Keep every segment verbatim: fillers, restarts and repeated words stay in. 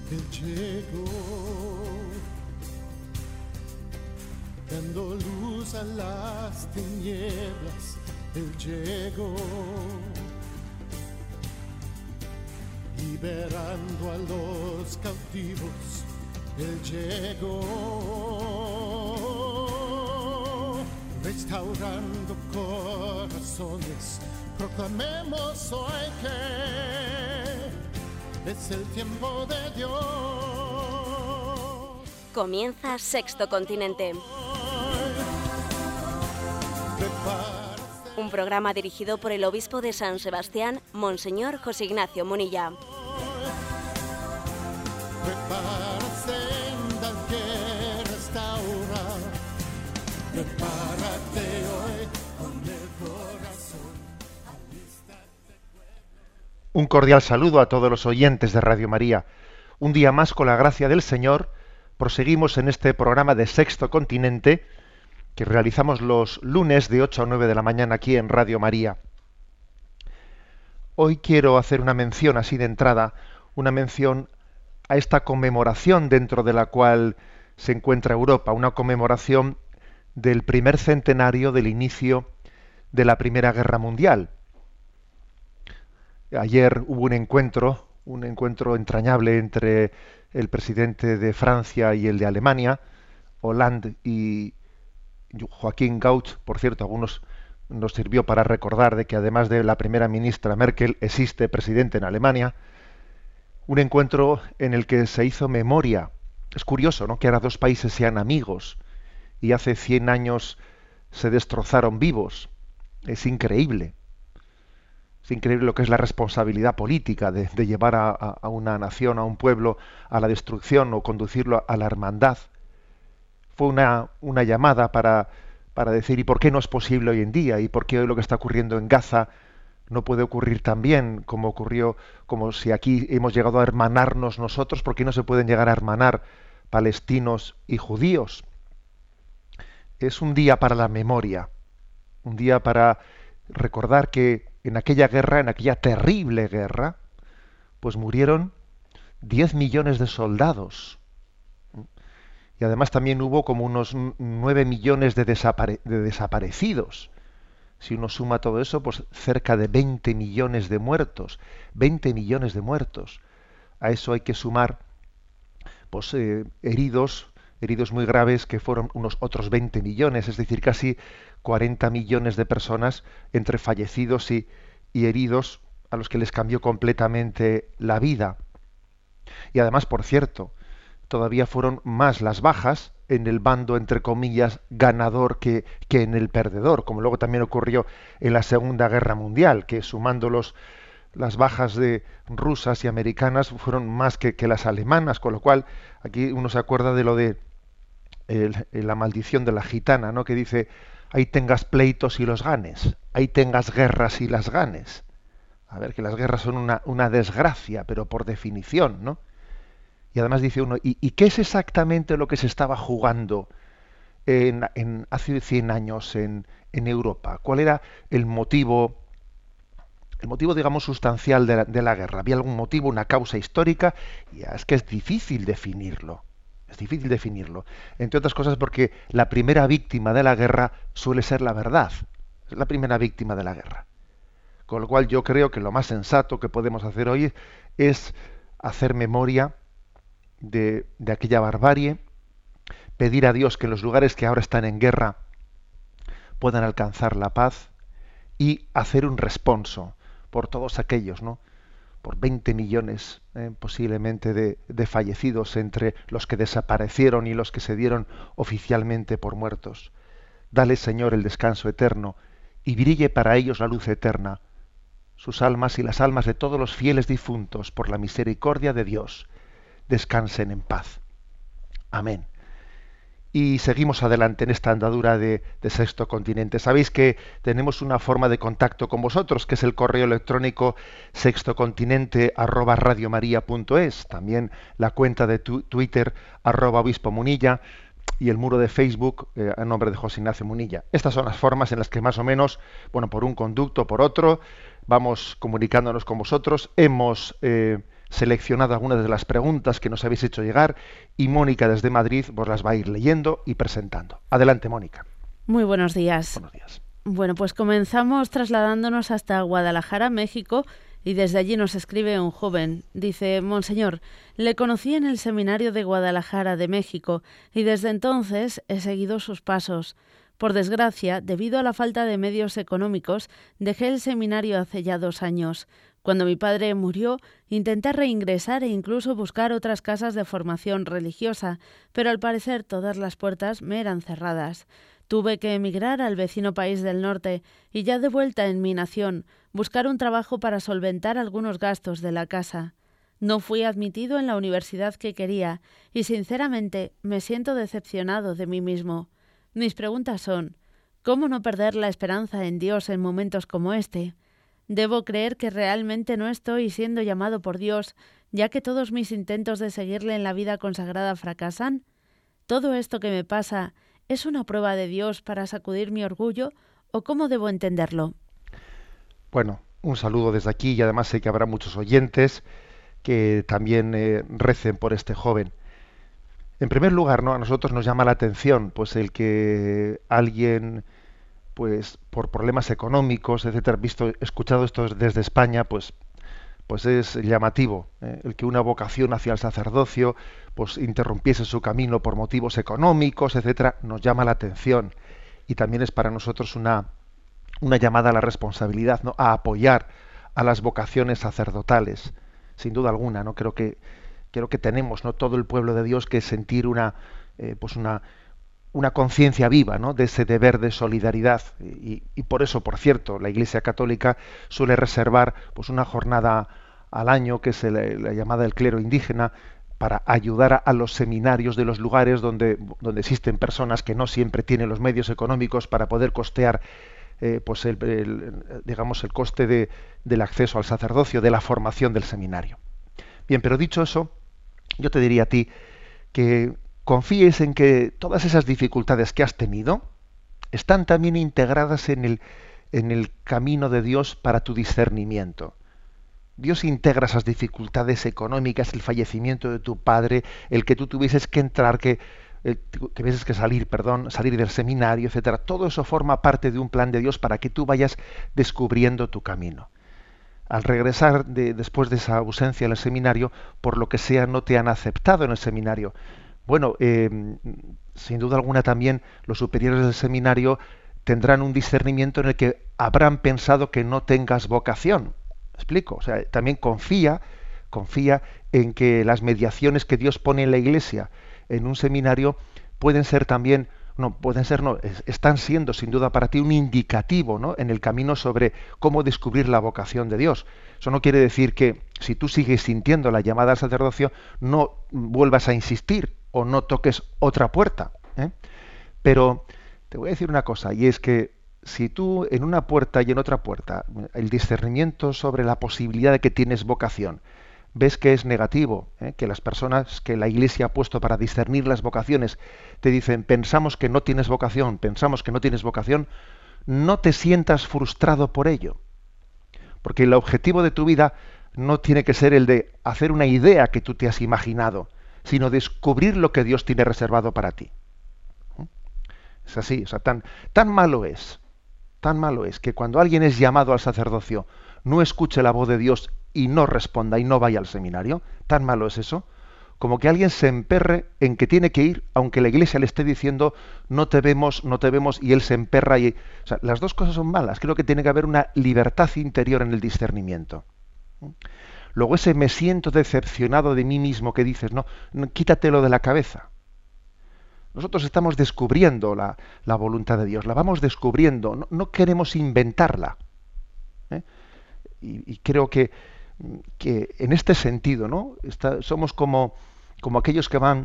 Él llegó, dando luz a las tinieblas. Él llegó, liberando a los cautivos. Él llegó, restaurando corazones. Proclamemos hoy que es el tiempo de Dios. Comienza Sexto Continente. Un programa dirigido por el obispo de San Sebastián, Monseñor José Ignacio Munilla. Prepárate, que restaura. Prepárate hoy con el corazón. Un cordial saludo a todos los oyentes de Radio María. Un día más, con la gracia del Señor, proseguimos en este programa de Sexto Continente que realizamos los lunes de ocho a nueve de la mañana aquí en Radio María. Hoy quiero hacer una mención así de entrada, una mención a esta conmemoración dentro de la cual se encuentra Europa, una conmemoración del primer centenario del inicio de la Primera Guerra Mundial. Ayer hubo un encuentro, un encuentro entrañable entre el presidente de Francia y el de Alemania, Hollande y Joachim Gauck. Por cierto, algunos nos sirvió para recordar de que además de la primera ministra Merkel existe presidente en Alemania. Un encuentro en el que se hizo memoria. Es curioso, ¿no?, que ahora dos países sean amigos y hace cien años se destrozaron vivos. Es increíble. Es increíble lo que es la responsabilidad política de, de llevar a, a una nación, a un pueblo, a la destrucción o conducirlo a la hermandad. Fue una, una llamada para, para decir, ¿y por qué no es posible hoy en día? ¿Y por qué hoy lo que está ocurriendo en Gaza no puede ocurrir también como ocurrió, como si aquí hemos llegado a hermanarnos nosotros? ¿Por qué no se pueden llegar a hermanar palestinos y judíos? Es un día para la memoria, un día para recordar que en aquella guerra, en aquella terrible guerra, pues murieron diez millones de soldados. Y además también hubo como unos nueve millones de, desapare- de desaparecidos. Si uno suma todo eso, pues cerca de veinte millones de muertos. veinte millones de muertos. A eso hay que sumar pues, eh, heridos, heridos muy graves, que fueron unos otros veinte millones, es decir, casi cuarenta millones de personas entre fallecidos y, y heridos, a los que les cambió completamente la vida. Y además, por cierto, todavía fueron más las bajas en el bando, entre comillas, ganador que, que en el perdedor, como luego también ocurrió en la Segunda Guerra Mundial, que sumando los, las bajas de rusas y americanas fueron más que, que las alemanas, con lo cual aquí uno se acuerda de lo de el, la maldición de la gitana, ¿no?, que dice, ahí tengas pleitos y los ganes, ahí tengas guerras y las ganes. A ver, que las guerras son una, una desgracia, pero por definición, ¿no? Y además dice uno, ¿y, ¿y qué es exactamente lo que se estaba jugando en, en, hace cien años en, en Europa? ¿Cuál era el motivo, el motivo, digamos, sustancial de la, de la guerra? ¿Había algún motivo, una causa histórica? Y es que es difícil definirlo. Es difícil definirlo. Entre otras cosas porque la primera víctima de la guerra suele ser la verdad. Es la primera víctima de la guerra. Con lo cual yo creo que lo más sensato que podemos hacer hoy es hacer memoria De, de aquella barbarie, pedir a Dios que en los lugares que ahora están en guerra puedan alcanzar la paz y hacer un responso por todos aquellos, ¿no?, por veinte millones eh, posiblemente de, de fallecidos entre los que desaparecieron y los que se dieron oficialmente por muertos. Dale, Señor, el descanso eterno y brille para ellos la luz eterna, sus almas y las almas de todos los fieles difuntos, por la misericordia de Dios, descansen en paz. Amén. Y seguimos adelante en esta andadura de, de Sexto Continente. Sabéis que tenemos una forma de contacto con vosotros, que es el correo electrónico sextocontinente arroba radiomaria.es, también la cuenta de tu, Twitter arroba obispo Munilla y el muro de Facebook eh, a nombre de José Ignacio Munilla. Estas son las formas en las que más o menos, bueno, por un conducto, por otro, vamos comunicándonos con vosotros. Hemos eh, seleccionado algunas de las preguntas que nos habéis hecho llegar y Mónica desde Madrid vos las va a ir leyendo y presentando. Adelante, Mónica. Muy buenos días. Buenos días. Bueno, pues comenzamos trasladándonos hasta Guadalajara, México, y desde allí nos escribe un joven. Dice: Monseñor, le conocí en el seminario de Guadalajara de México y desde entonces he seguido sus pasos. Por desgracia, debido a la falta de medios económicos, dejé el seminario hace ya dos años. Cuando mi padre murió, intenté reingresar e incluso buscar otras casas de formación religiosa, pero al parecer todas las puertas me eran cerradas. Tuve que emigrar al vecino país del norte y ya de vuelta en mi nación, buscar un trabajo para solventar algunos gastos de la casa. No fui admitido en la universidad que quería y sinceramente me siento decepcionado de mí mismo. Mis preguntas son: ¿cómo no perder la esperanza en Dios en momentos como este? ¿Debo creer que realmente no estoy siendo llamado por Dios, ya que todos mis intentos de seguirle en la vida consagrada fracasan? ¿Todo esto que me pasa es una prueba de Dios para sacudir mi orgullo o cómo debo entenderlo? Bueno, un saludo desde aquí y además sé que habrá muchos oyentes que también eh, recen por este joven. En primer lugar, ¿no? A nosotros nos llama la atención pues el que alguien, pues por problemas económicos, etcétera, visto, escuchado esto desde España, pues, pues es llamativo, ¿eh? El que una vocación hacia el sacerdocio, pues interrumpiese su camino por motivos económicos, etcétera, nos llama la atención y también es para nosotros una una llamada a la responsabilidad, ¿no? A apoyar a las vocaciones sacerdotales, sin duda alguna, ¿no? Creo que creo que tenemos, ¿no? Todo el pueblo de Dios que sentir una eh, pues una una conciencia viva, ¿no? De ese deber de solidaridad y, y por eso, por cierto, la Iglesia Católica suele reservar pues una jornada al año que es la, la llamada del clero indígena para ayudar a, a los seminarios de los lugares donde donde existen personas que no siempre tienen los medios económicos para poder costear Eh, pues el, el, digamos el coste de, del acceso al sacerdocio, de la formación del seminario. Bien, pero dicho eso, yo te diría a ti que confíes en que todas esas dificultades que has tenido están también integradas en el, en el camino de Dios para tu discernimiento. Dios integra esas dificultades económicas, el fallecimiento de tu padre, el que tú tuvieses que entrar, que que tuvieses que salir, perdón, salir del seminario, etcétera. Todo eso forma parte de un plan de Dios para que tú vayas descubriendo tu camino. Al regresar de, después de esa ausencia en el seminario, por lo que sea, no te han aceptado en el seminario. Bueno, eh, sin duda alguna también los superiores del seminario tendrán un discernimiento en el que habrán pensado que no tengas vocación. ¿Me explico? O sea, también confía, confía en que las mediaciones que Dios pone en la Iglesia en un seminario pueden ser también, no, pueden ser, no, es, están siendo sin duda para ti un indicativo, ¿no? En el camino sobre cómo descubrir la vocación de Dios. Eso no quiere decir que si tú sigues sintiendo la llamada al sacerdocio, no vuelvas a insistir o no toques otra puerta, ¿eh? Pero te voy a decir una cosa, y es que si tú en una puerta y en otra puerta, el discernimiento sobre la posibilidad de que tienes vocación, ves que es negativo, ¿eh? Que las personas que la Iglesia ha puesto para discernir las vocaciones te dicen: pensamos que no tienes vocación, pensamos que no tienes vocación, no te sientas frustrado por ello. Porque el objetivo de tu vida no tiene que ser el de hacer una idea que tú te has imaginado, sino descubrir lo que Dios tiene reservado para ti. ¿Eh? Es así, o sea, tan, tan malo es, tan malo es que cuando alguien es llamado al sacerdocio no escuche la voz de Dios y no responda y no vaya al seminario. Tan malo es eso, como que alguien se emperre en que tiene que ir, aunque la Iglesia le esté diciendo no te vemos, no te vemos, y él se emperra. Y, o sea, las dos cosas son malas. Creo que tiene que haber una libertad interior en el discernimiento. Luego ese me siento decepcionado de mí mismo que dices, no, no quítatelo de la cabeza. Nosotros estamos descubriendo la, la voluntad de Dios, la vamos descubriendo, no, no queremos inventarla. ¿Eh? Y, y creo que que en este sentido, ¿no? Está, somos como, como aquellos que van,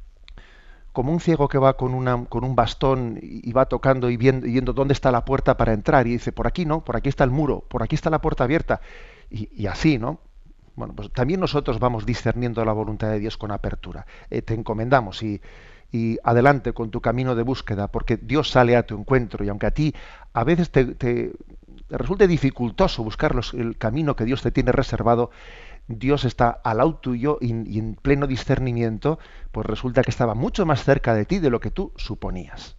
como un ciego que va con, una, con un bastón y, y va tocando y viendo, y viendo dónde está la puerta para entrar y dice, por aquí no, por aquí está el muro, por aquí está la puerta abierta, y, y así, ¿no? Bueno, pues también nosotros vamos discerniendo la voluntad de Dios con apertura. Eh, te encomendamos y, y adelante con tu camino de búsqueda, porque Dios sale a tu encuentro, y aunque a ti a veces te, te, te resulte dificultoso buscar los, el camino que Dios te tiene reservado, Dios está al lado tuyo y, y en pleno discernimiento, pues resulta que estaba mucho más cerca de ti de lo que tú suponías.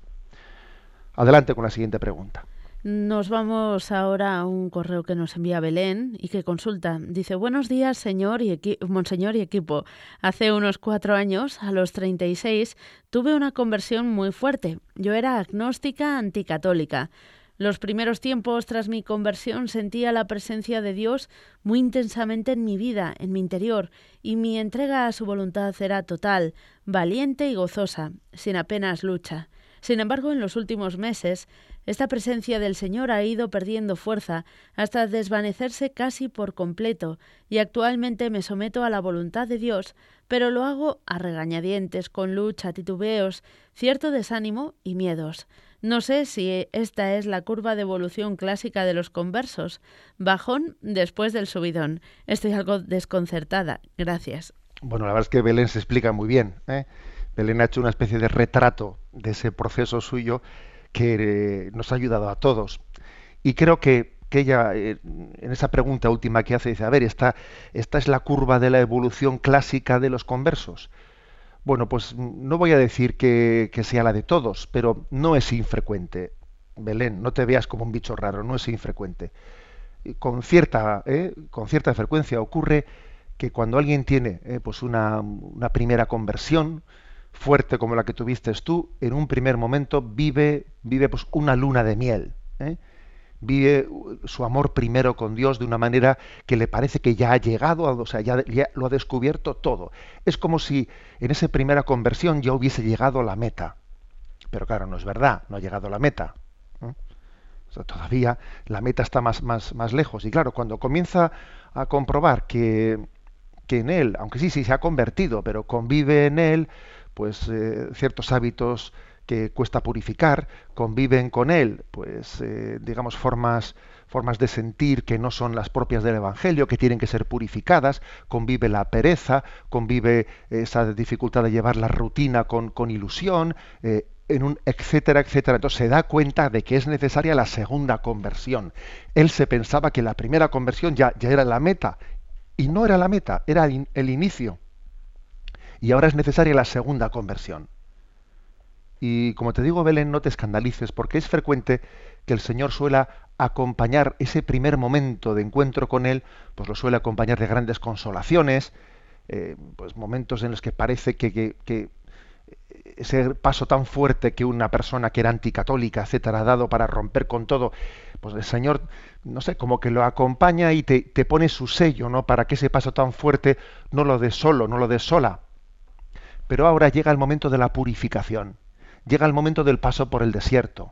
Adelante con la siguiente pregunta. Nos vamos ahora a un correo que nos envía Belén y que consulta. Dice: buenos días, señor y equi- monseñor y equipo. Hace unos cuatro años, a los treinta y seis, tuve una conversión muy fuerte. Yo era agnóstica anticatólica. Los primeros tiempos tras mi conversión sentía la presencia de Dios muy intensamente en mi vida, en mi interior, y mi entrega a su voluntad era total, valiente y gozosa, sin apenas lucha. Sin embargo, en los últimos meses, esta presencia del Señor ha ido perdiendo fuerza hasta desvanecerse casi por completo, y actualmente me someto a la voluntad de Dios, pero lo hago a regañadientes, con lucha, titubeos, cierto desánimo y miedos. No sé si esta es la curva de evolución clásica de los conversos. Bajón después del subidón. Estoy algo desconcertada. Gracias. Bueno, la verdad es que Belén se explica muy bien, ¿eh? Belén ha hecho una especie de retrato de ese proceso suyo que eh, nos ha ayudado a todos. Y creo que, que ella, eh, en esa pregunta última que hace, dice, a ver, esta, esta es la curva de la evolución clásica de los conversos. Bueno, pues no voy a decir que, que sea la de todos, pero no es infrecuente. Belén, no te veas como un bicho raro, no es infrecuente. Y con cierta, eh, con cierta frecuencia ocurre que cuando alguien tiene eh, pues una, una primera conversión fuerte como la que tuviste tú, en un primer momento vive, vive pues una luna de miel, ¿eh? Vive su amor primero con Dios de una manera que le parece que ya ha llegado, o sea, ya, ya lo ha descubierto todo. Es como si en esa primera conversión ya hubiese llegado a la meta. Pero claro, no es verdad, no ha llegado a la meta, ¿eh? O sea, todavía la meta está más, más, más lejos. Y claro, cuando comienza a comprobar que, que en él, aunque sí, sí se ha convertido, pero convive en él pues eh, ciertos hábitos que cuesta purificar, conviven con él, pues eh, digamos formas formas de sentir que no son las propias del Evangelio, que tienen que ser purificadas, convive la pereza, convive esa dificultad de llevar la rutina con, con ilusión, eh, en un etcétera, etcétera. Entonces se da cuenta de que es necesaria la segunda conversión. Él se pensaba que la primera conversión ya, ya era la meta, y no era la meta, era el, el inicio. Y ahora es necesaria la segunda conversión. Y como te digo, Belén, no te escandalices, porque es frecuente que el Señor suele acompañar ese primer momento de encuentro con Él, pues lo suele acompañar de grandes consolaciones, eh, pues momentos en los que parece que, que, que ese paso tan fuerte que una persona que era anticatólica, etcétera, ha dado para romper con todo, pues el Señor, no sé, como que lo acompaña y te, te pone su sello, ¿no? Para que ese paso tan fuerte no lo des solo, no lo des sola. Pero ahora llega el momento de la purificación, llega el momento del paso por el desierto.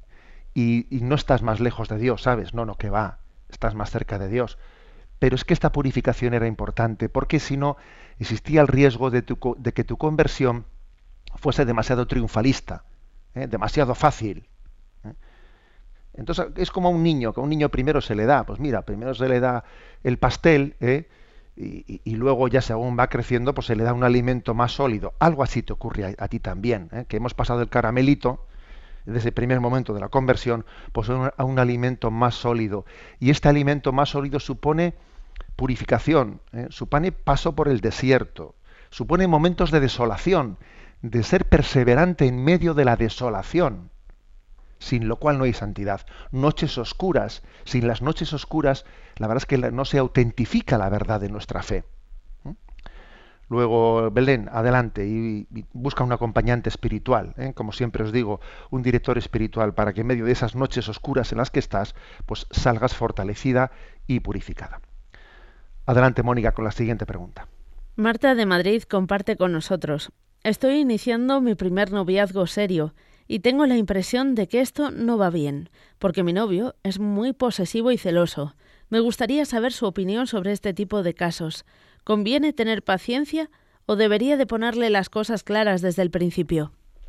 Y, y no estás más lejos de Dios, ¿sabes? No, no, que va, estás más cerca de Dios. Pero es que esta purificación era importante, porque si no, existía el riesgo de, tu, de que tu conversión fuese demasiado triunfalista, ¿eh? Demasiado fácil. ¿eh? Entonces es como a un niño, que a un niño primero se le da, pues mira, primero se le da el pastel, ¿eh? Y, y, y luego ya según va creciendo, pues se le da un alimento más sólido. Algo así te ocurre a, a ti también, ¿eh? Que hemos pasado el caramelito, desde ese primer momento de la conversión, pues a un, a un alimento más sólido. Y este alimento más sólido supone purificación, ¿eh? Supone paso por el desierto, supone momentos de desolación, de ser perseverante en medio de la desolación, sin lo cual no hay santidad. Noches oscuras, sin las noches oscuras, la verdad es que no se autentifica la verdad de nuestra fe. ¿Eh? Luego, Belén, adelante y, y busca un acompañante espiritual, ¿eh? Como siempre os digo, un director espiritual, para que en medio de esas noches oscuras en las que estás, pues salgas fortalecida y purificada. Adelante, Mónica, con la siguiente pregunta. Marta de Madrid comparte con nosotros: estoy iniciando mi primer noviazgo serio y tengo la impresión de que esto no va bien, porque mi novio es muy posesivo y celoso. Me gustaría saber su opinión sobre este tipo de casos. ¿Conviene tener paciencia o debería de ponerle las cosas claras desde el principio?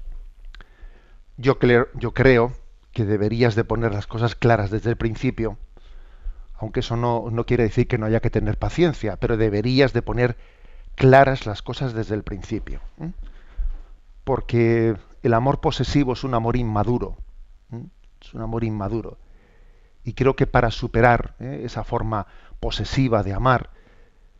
Yo, creo, yo creo que deberías de poner las cosas claras desde el principio, aunque eso no, no quiere decir que no haya que tener paciencia, pero deberías de poner claras las cosas desde el principio, ¿eh? Porque el amor posesivo es un amor inmaduro, ¿eh? Es un amor inmaduro. Y creo que para superar ¿eh? esa forma posesiva de amar,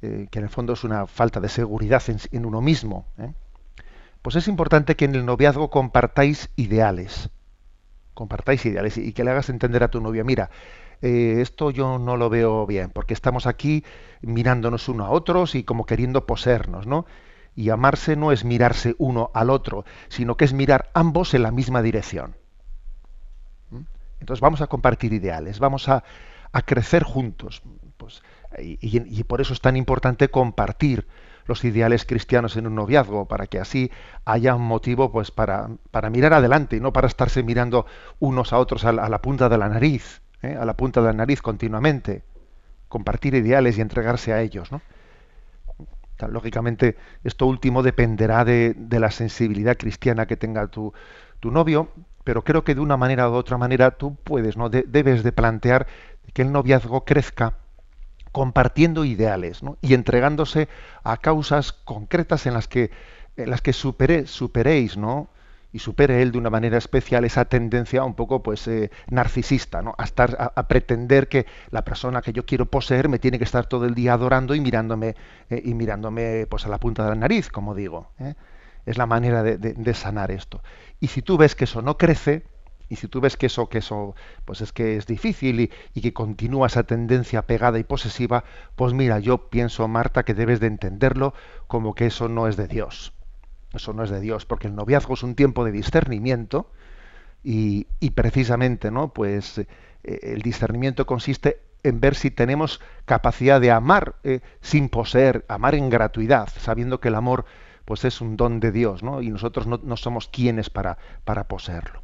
eh, que en el fondo es una falta de seguridad en, en uno mismo, ¿eh? Pues es importante que en el noviazgo compartáis ideales, compartáis ideales y que le hagas entender a tu novia, mira, eh, esto yo no lo veo bien, porque estamos aquí mirándonos uno a otros y como queriendo poseernos, ¿no? Y amarse no es mirarse uno al otro, sino que es mirar ambos en la misma dirección. ¿Mm? Entonces vamos a compartir ideales, vamos a, a crecer juntos. Pues, y, y, y por eso es tan importante compartir los ideales cristianos en un noviazgo, para que así haya un motivo pues para, para mirar adelante y no para estarse mirando unos a otros a la, a la punta de la nariz, ¿eh? a la punta de la nariz continuamente. Compartir ideales y entregarse a ellos, ¿no? Lógicamente, esto último dependerá de, de la sensibilidad cristiana que tenga tu, tu novio, pero creo que de una manera u otra manera tú puedes, ¿no? De, debes de plantear que el noviazgo crezca compartiendo ideales, ¿no? Y entregándose a causas concretas en las que, en las que supere, superéis, ¿no? Y supere él de una manera especial esa tendencia un poco pues eh, narcisista, ¿no? A estar a, a pretender que la persona que yo quiero poseer me tiene que estar todo el día adorando y mirándome eh, y mirándome pues a la punta de la nariz, como digo, ¿eh? Es la manera de, de, de sanar esto. Y si tú ves que eso no crece, y si tú ves que eso, que eso, pues es que es difícil y, y que continúa esa tendencia pegada y posesiva, pues mira, yo pienso, Marta, que debes de entenderlo como que eso no es de Dios. Eso no es de Dios, porque el noviazgo es un tiempo de discernimiento y, y precisamente, ¿no? Pues eh, el discernimiento consiste en ver si tenemos capacidad de amar eh, sin poseer, amar en gratuidad, sabiendo que el amor, pues es un don de Dios, ¿no? Y nosotros no, no somos quienes para, para poseerlo.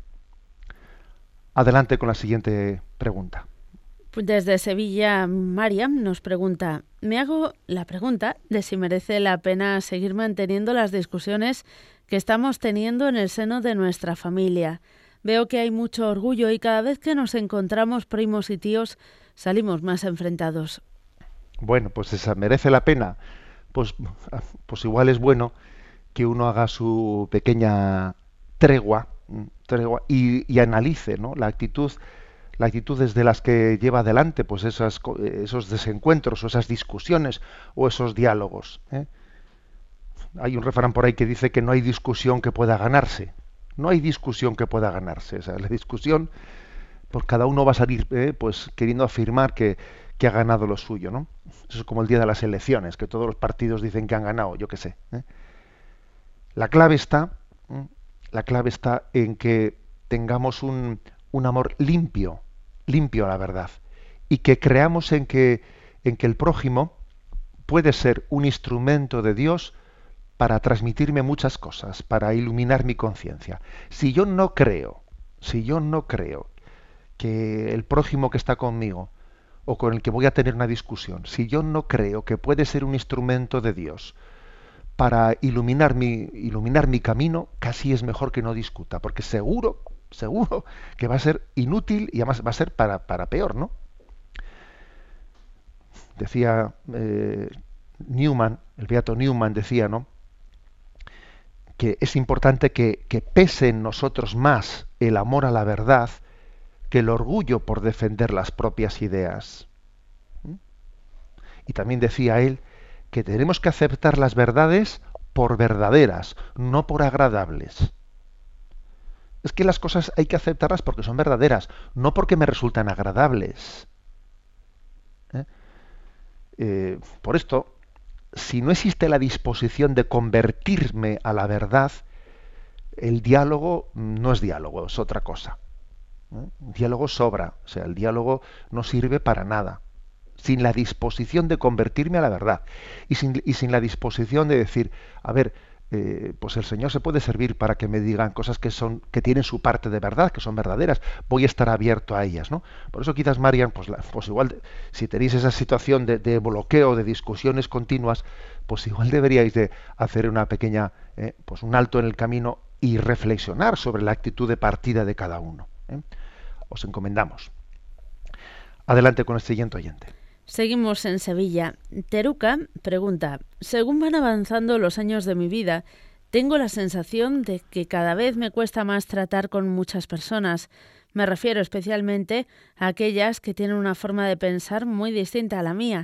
Adelante con la siguiente pregunta. Desde Sevilla, Mariam nos pregunta, me hago la pregunta de si merece la pena seguir manteniendo las discusiones que estamos teniendo en el seno de nuestra familia. Veo que hay mucho orgullo y cada vez que nos encontramos primos y tíos salimos más enfrentados. Bueno, pues esa merece la pena. Pues, pues igual es bueno que uno haga su pequeña tregua, tregua y, y analice, ¿no? la actitud la actitud desde las que lleva adelante pues esas, esos desencuentros o esas discusiones o esos diálogos, ¿eh? Hay un refrán por ahí que dice que no hay discusión que pueda ganarse. No hay discusión que pueda ganarse. O sea, la discusión, pues cada uno va a salir eh, pues queriendo afirmar que, que ha ganado lo suyo, ¿no? Eso es como el día de las elecciones, que todos los partidos dicen que han ganado, yo qué sé, ¿eh? La clave está, ¿eh? la clave está en que tengamos un, un amor limpio, limpio a la verdad, y que creamos en que, en que el prójimo puede ser un instrumento de Dios para transmitirme muchas cosas, para iluminar mi conciencia. Si yo no creo, si yo no creo que el prójimo que está conmigo o con el que voy a tener una discusión, si yo no creo que puede ser un instrumento de Dios para iluminar mi, iluminar mi camino, casi es mejor que no discuta, porque seguro, seguro que va a ser inútil y además va a ser para, para peor, ¿no? Decía eh, Newman, el beato Newman decía, ¿no?, que es importante que, que pese en nosotros más el amor a la verdad que el orgullo por defender las propias ideas. ¿Mm? Y también decía él que tenemos que aceptar las verdades por verdaderas, no por agradables. Es que las cosas hay que aceptarlas porque son verdaderas, no porque me resultan agradables. ¿Eh? Eh, por esto, si no existe la disposición de convertirme a la verdad, el diálogo no es diálogo, es otra cosa. ¿Eh? El diálogo sobra, o sea, el diálogo no sirve para nada. Sin la disposición de convertirme a la verdad y sin, y sin la disposición de decir, a ver, eh, pues el Señor se puede servir para que me digan cosas que son, que tienen su parte de verdad, que son verdaderas, voy a estar abierto a ellas, ¿no? Por eso quizás, Marian, pues, la, pues igual, si tenéis esa situación de, de bloqueo, de discusiones continuas, pues igual deberíais de hacer una pequeña, eh, pues un alto en el camino y reflexionar sobre la actitud de partida de cada uno, ¿eh? Os encomendamos. Adelante con el siguiente oyente. Seguimos en Sevilla. Teruca pregunta, según van avanzando los años de mi vida, tengo la sensación de que cada vez me cuesta más tratar con muchas personas. Me refiero especialmente a aquellas que tienen una forma de pensar muy distinta a la mía.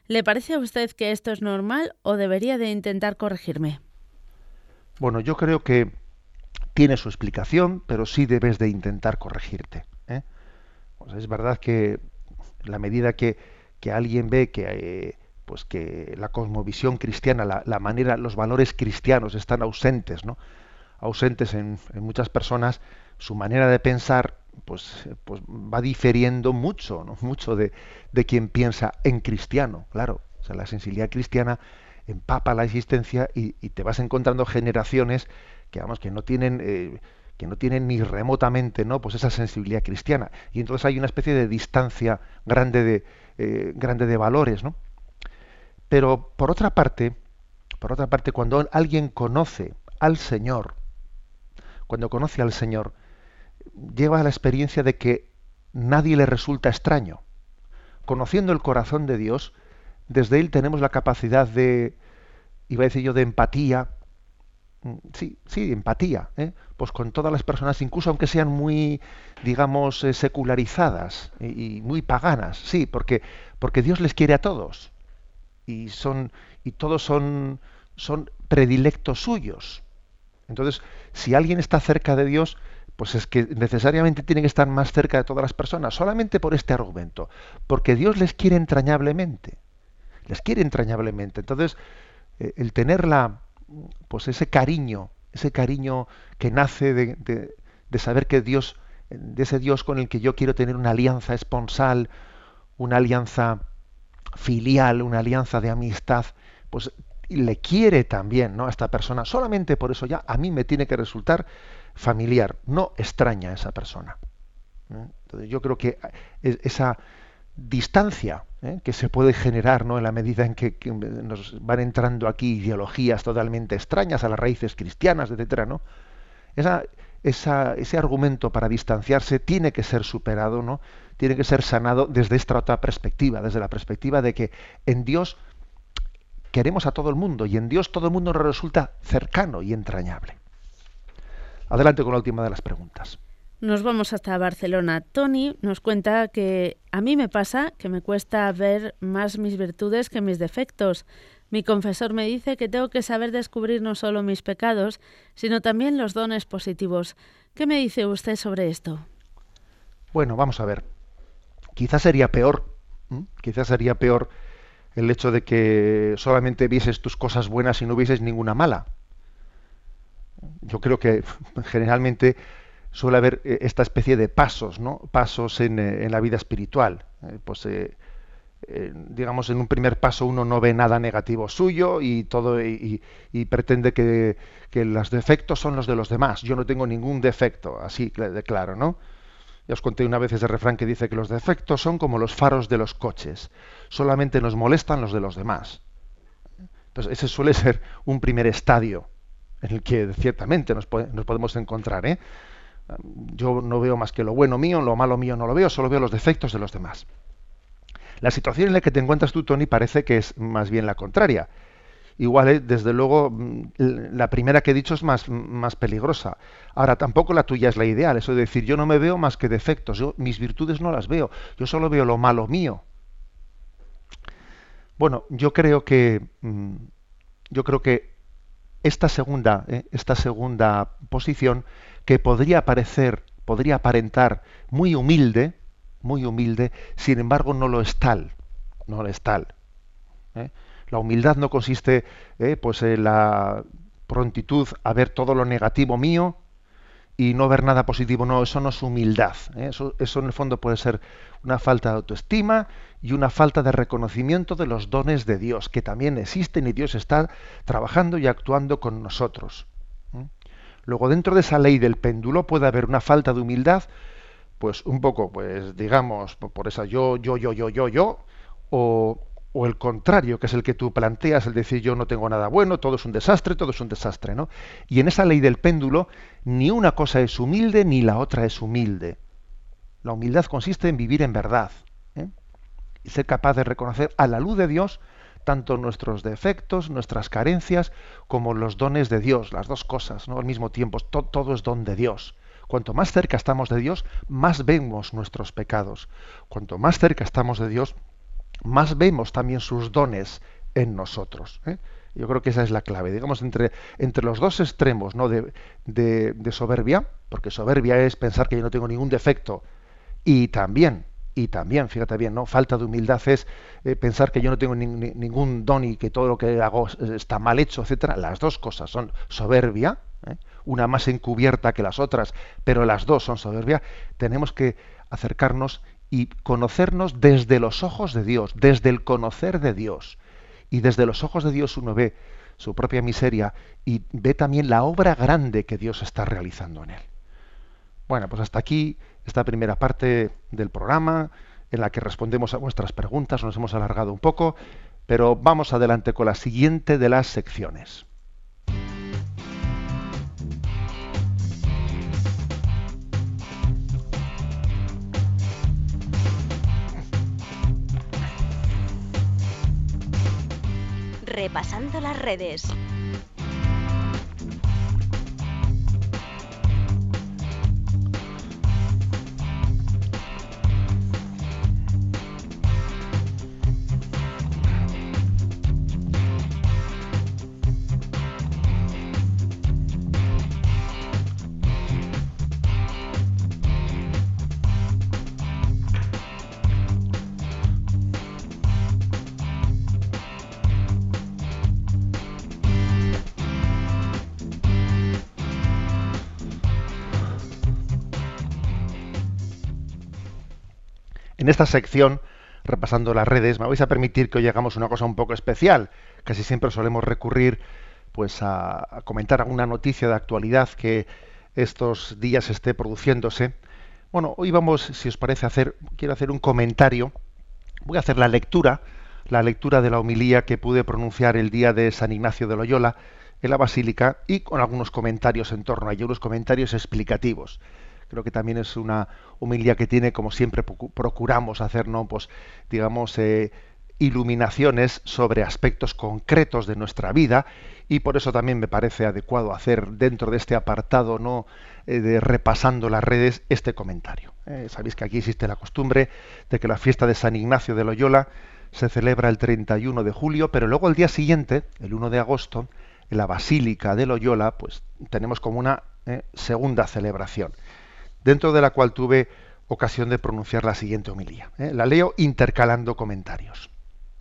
¿Le parece a usted que esto es normal o debería de intentar corregirme? Bueno, yo creo que tiene su explicación, pero sí debes de intentar corregirte, ¿eh? Pues es verdad que en la medida que, que alguien ve que, eh, pues que la cosmovisión cristiana, la, la manera, los valores cristianos están ausentes, ¿no? ausentes en, en muchas personas, su manera de pensar pues, pues va difiriendo mucho, ¿no? mucho de, de quien piensa en cristiano, claro. O sea, la sensibilidad cristiana empapa la existencia y, y te vas encontrando generaciones que vamos que no tienen eh, que no tienen ni remotamente, ¿no? pues esa sensibilidad cristiana, y entonces hay una especie de distancia grande de eh, grande de valores, ¿no? Pero por otra parte, por otra parte, cuando alguien conoce al Señor, cuando conoce al Señor, lleva la experiencia de que nadie le resulta extraño. Conociendo el corazón de Dios, desde él tenemos la capacidad de, iba a decir yo, de empatía, sí, sí, empatía, ¿eh? pues con todas las personas, incluso aunque sean muy, digamos, eh, secularizadas y, y muy paganas, sí, porque, porque Dios les quiere a todos y son y todos son son predilectos suyos. Entonces, si alguien está cerca de Dios, pues es que necesariamente tiene que estar más cerca de todas las personas, solamente por este argumento, porque Dios les quiere entrañablemente, les quiere entrañablemente. Entonces, eh, el tenerla, pues ese cariño, ese cariño que nace de, de, de saber que Dios, de ese Dios con el que yo quiero tener una alianza esponsal, una alianza filial, una alianza de amistad, pues le quiere también, ¿no? a esta persona. Solamente por eso ya a mí me tiene que resultar familiar, no extraña a esa persona. ¿eh? Entonces yo creo que esa distancia ¿eh? que se puede generar, ¿no? en la medida en que, que nos van entrando aquí ideologías totalmente extrañas a las raíces cristianas, etcétera, ¿no? Esa, esa, ese argumento para distanciarse tiene que ser superado, ¿no? Tiene que ser sanado desde esta otra perspectiva, desde la perspectiva de que en Dios queremos a todo el mundo y en Dios todo el mundo nos resulta cercano y entrañable. Adelante con la última de las preguntas. Nos vamos hasta Barcelona. Tony nos cuenta que a mí me pasa que me cuesta ver más mis virtudes que mis defectos. Mi confesor me dice que tengo que saber descubrir no solo mis pecados, sino también los dones positivos. ¿Qué me dice usted sobre esto? Bueno, vamos a ver. Quizás sería peor, ¿eh? quizás sería peor el hecho de que solamente vieses tus cosas buenas y no vieses ninguna mala. Yo creo que generalmente suele haber esta especie de pasos, ¿no? Pasos en, en la vida espiritual. Eh, pues eh, eh, digamos, en un primer paso uno no ve nada negativo suyo y todo y, y, y pretende que, que los defectos son los de los demás. Yo no tengo ningún defecto, así de claro, ¿no? Ya os conté una vez ese refrán que dice que los defectos son como los faros de los coches, solamente nos molestan los de los demás. Entonces ese suele ser un primer estadio en el que ciertamente nos, puede, nos podemos encontrar, ¿eh? Yo no veo más que lo bueno mío, lo malo mío no lo veo, solo veo los defectos de los demás. La situación en la que te encuentras tú, Tony, parece que es más bien la contraria. Igual, ¿eh? desde luego, la primera que he dicho es más, más peligrosa. Ahora, tampoco la tuya es la ideal. Eso de decir, yo no me veo más que defectos, yo mis virtudes no las veo, yo solo veo lo malo mío. Bueno, yo creo que yo creo que esta segunda, ¿eh? esta segunda posición, que podría parecer, podría aparentar muy humilde, muy humilde, sin embargo no lo es tal, no lo es tal. ¿eh? La humildad no consiste eh, pues en la prontitud a ver todo lo negativo mío y no ver nada positivo. No, eso no es humildad. ¿eh? Eso, eso en el fondo puede ser una falta de autoestima y una falta de reconocimiento de los dones de Dios, que también existen y Dios está trabajando y actuando con nosotros. ¿eh? Luego, dentro de esa ley del péndulo puede haber una falta de humildad, pues un poco, pues digamos, por esa yo, yo, yo, yo, yo, yo, o o el contrario, que es el que tú planteas, el decir yo no tengo nada bueno, todo es un desastre, todo es un desastre, ¿no? Y en esa ley del péndulo, ni una cosa es humilde, ni la otra es humilde. La humildad consiste en vivir en verdad, ¿eh? Y ser capaz de reconocer a la luz de Dios tanto nuestros defectos, nuestras carencias, como los dones de Dios, las dos cosas, ¿no? Al mismo tiempo, to- todo es don de Dios. Cuanto más cerca estamos de Dios, más vemos nuestros pecados. Cuanto más cerca estamos de Dios, más vemos también sus dones en nosotros. ¿eh? Yo creo que esa es la clave. Digamos, entre, entre los dos extremos, ¿no? de, de, de soberbia, porque soberbia es pensar que yo no tengo ningún defecto, y también, y también, fíjate bien, ¿no? Falta de humildad es eh, pensar que yo no tengo ni, ni, ningún don y que todo lo que hago está mal hecho, etcétera. Las dos cosas son soberbia, ¿eh? una más encubierta que las otras, pero las dos son soberbia. Tenemos que acercarnos y conocernos desde los ojos de Dios, desde el conocer de Dios. Y desde los ojos de Dios uno ve su propia miseria y ve también la obra grande que Dios está realizando en él. Bueno, pues hasta aquí esta primera parte del programa en la que respondemos a vuestras preguntas. Nos hemos alargado un poco, pero vamos adelante con la siguiente de las secciones. Repasando las redes. En esta sección, repasando las redes, me vais a permitir que hoy hagamos una cosa un poco especial. Casi siempre solemos recurrir pues, a, a comentar alguna noticia de actualidad que estos días esté produciéndose. Bueno, hoy vamos, si os parece, a hacer, quiero hacer un comentario. Voy a hacer la lectura, la lectura de la homilía que pude pronunciar el día de San Ignacio de Loyola en la Basílica y con algunos comentarios en torno a ello, unos comentarios explicativos. Creo que también es una homilía que tiene, como siempre procuramos hacer, ¿no? Pues, digamos, eh, iluminaciones sobre aspectos concretos de nuestra vida, y por eso también me parece adecuado hacer dentro de este apartado, ¿no? eh, de repasando las redes, este comentario. Eh, sabéis que aquí existe la costumbre de que la fiesta de San Ignacio de Loyola se celebra el treinta y uno de julio, pero luego el día siguiente, el uno de agosto, en la Basílica de Loyola, pues tenemos como una eh, segunda celebración, dentro de la cual tuve ocasión de pronunciar la siguiente homilía. ¿eh? La leo intercalando comentarios.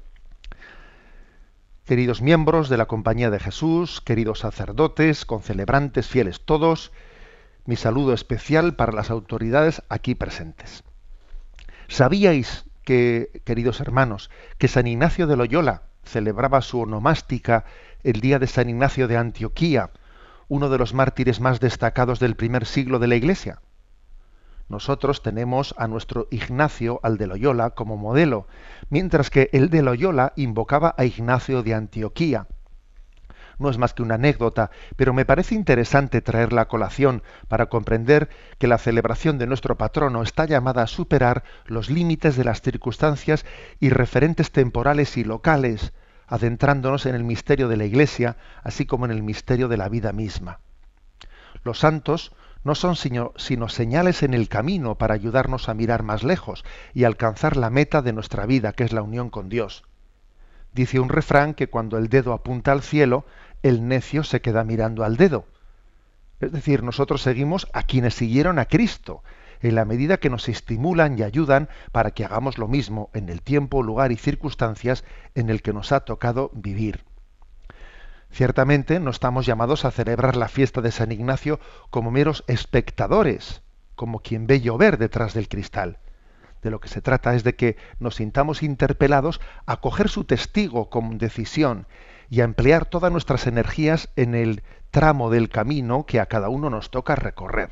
Queridos miembros de la Compañía de Jesús, queridos sacerdotes, concelebrantes, fieles todos, mi saludo especial para las autoridades aquí presentes. ¿Sabíais que, queridos hermanos, que San Ignacio de Loyola celebraba su onomástica el día de San Ignacio de Antioquía, uno de los mártires más destacados del primer siglo de la Iglesia? Nosotros tenemos a nuestro Ignacio, al de Loyola, como modelo, mientras que el de Loyola invocaba a Ignacio de Antioquía. No es más que una anécdota, pero me parece interesante traerla a colación para comprender que la celebración de nuestro patrono está llamada a superar los límites de las circunstancias y referentes temporales y locales, adentrándonos en el misterio de la Iglesia, así como en el misterio de la vida misma. Los santos no son sino, sino señales en el camino para ayudarnos a mirar más lejos y alcanzar la meta de nuestra vida, que es la unión con Dios. Dice un refrán que cuando el dedo apunta al cielo, el necio se queda mirando al dedo. Es decir, nosotros seguimos a quienes siguieron a Cristo, en la medida que nos estimulan y ayudan para que hagamos lo mismo en el tiempo, lugar y circunstancias en el que nos ha tocado vivir. Ciertamente no estamos llamados a celebrar la fiesta de San Ignacio como meros espectadores, como quien ve llover detrás del cristal. De lo que se trata es de que nos sintamos interpelados a coger su testigo con decisión y a emplear todas nuestras energías en el tramo del camino que a cada uno nos toca recorrer.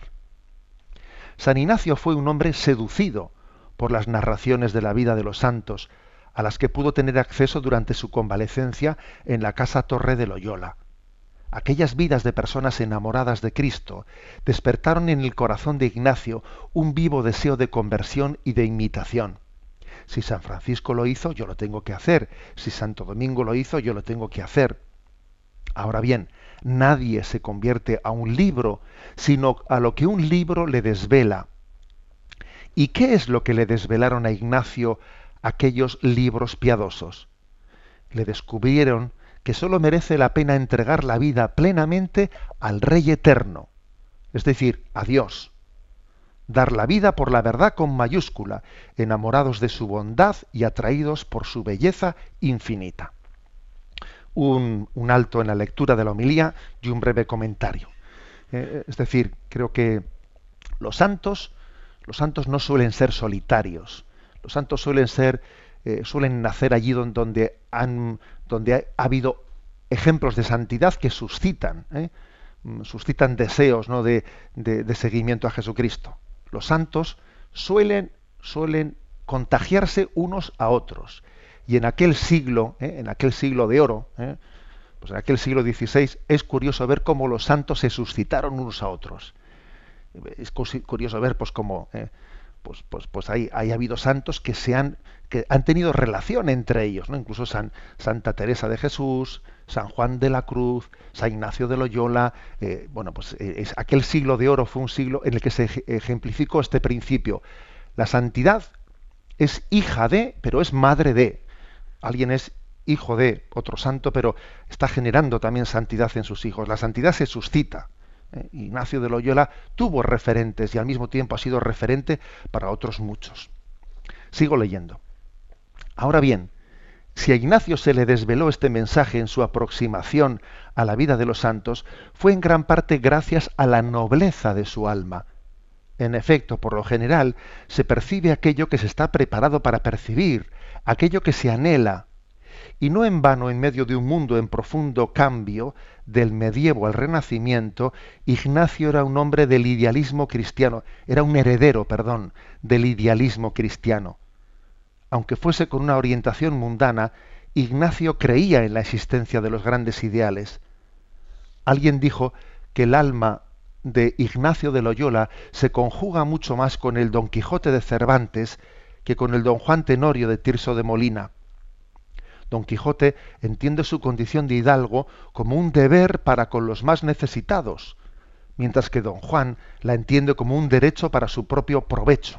San Ignacio fue un hombre seducido por las narraciones de la vida de los santos, a las que pudo tener acceso durante su convalecencia en la Casa Torre de Loyola. Aquellas vidas de personas enamoradas de Cristo despertaron en el corazón de Ignacio un vivo deseo de conversión y de imitación. Si San Francisco lo hizo, yo lo tengo que hacer. Si Santo Domingo lo hizo, yo lo tengo que hacer. Ahora bien, nadie se convierte a un libro, sino a lo que un libro le desvela. ¿Y qué es lo que le desvelaron a Ignacio aquellos libros piadosos. Le descubrieron que sólo merece la pena entregar la vida plenamente al Rey Eterno, es decir, a Dios. Dar la vida por la verdad con mayúscula, enamorados de su bondad y atraídos por su belleza infinita. Un, un alto en la lectura de la homilía y un breve comentario. Eh, es decir, creo que los santos, los santos no suelen ser solitarios. Los santos suelen ser, eh, suelen nacer allí donde, donde, han, donde ha habido ejemplos de santidad que suscitan, ¿eh? suscitan deseos, ¿no?, de, de, de seguimiento a Jesucristo. Los santos suelen, suelen contagiarse unos a otros. Y en aquel siglo, ¿eh? en aquel siglo de oro, ¿eh? pues en aquel siglo dieciséis, es curioso ver cómo los santos se suscitaron unos a otros. Es curioso ver, pues, cómo, ¿eh? pues, pues, pues hay, hay habido santos que se han, que han tenido relación entre ellos, ¿no? Incluso San, Santa Teresa de Jesús, San Juan de la Cruz, San Ignacio de Loyola. Eh, bueno, pues eh, es, aquel siglo de oro fue un siglo en el que se ejemplificó este principio. La santidad es hija de, pero es madre de. Alguien es hijo de otro santo, pero está generando también santidad en sus hijos. La santidad se suscita. Eh, Ignacio de Loyola tuvo referentes y al mismo tiempo ha sido referente para otros muchos. Sigo leyendo. Ahora bien, si a Ignacio se le desveló este mensaje en su aproximación a la vida de los santos, fue en gran parte gracias a la nobleza de su alma. En efecto, por lo general, se percibe aquello que se está preparado para percibir, aquello que se anhela. Y no en vano, en medio de un mundo en profundo cambio, del medievo al renacimiento, Ignacio era un hombre del idealismo cristiano, era un heredero, perdón, del idealismo cristiano. Aunque fuese con una orientación mundana, Ignacio creía en la existencia de los grandes ideales. Alguien dijo que el alma de Ignacio de Loyola se conjuga mucho más con el Don Quijote de Cervantes que con el Don Juan Tenorio de Tirso de Molina. Don Quijote entiende su condición de hidalgo como un deber para con los más necesitados, mientras que Don Juan la entiende como un derecho para su propio provecho.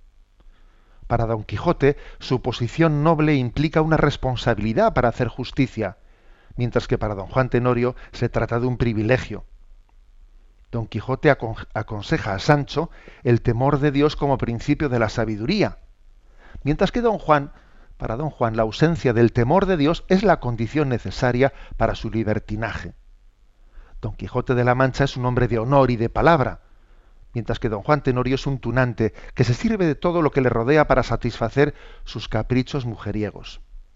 Para Don Quijote, su posición noble implica una responsabilidad para hacer justicia, mientras que para Don Juan Tenorio se trata de un privilegio. Don Quijote aconseja a Sancho el temor de Dios como principio de la sabiduría, mientras que Don Juan, para Don Juan, la ausencia del temor de Dios es la condición necesaria para su libertinaje. Don Quijote de la Mancha es un hombre de honor y de palabra, mientras que Don Juan Tenorio es un tunante que se sirve de todo lo que le rodea para satisfacer sus caprichos mujeriegos.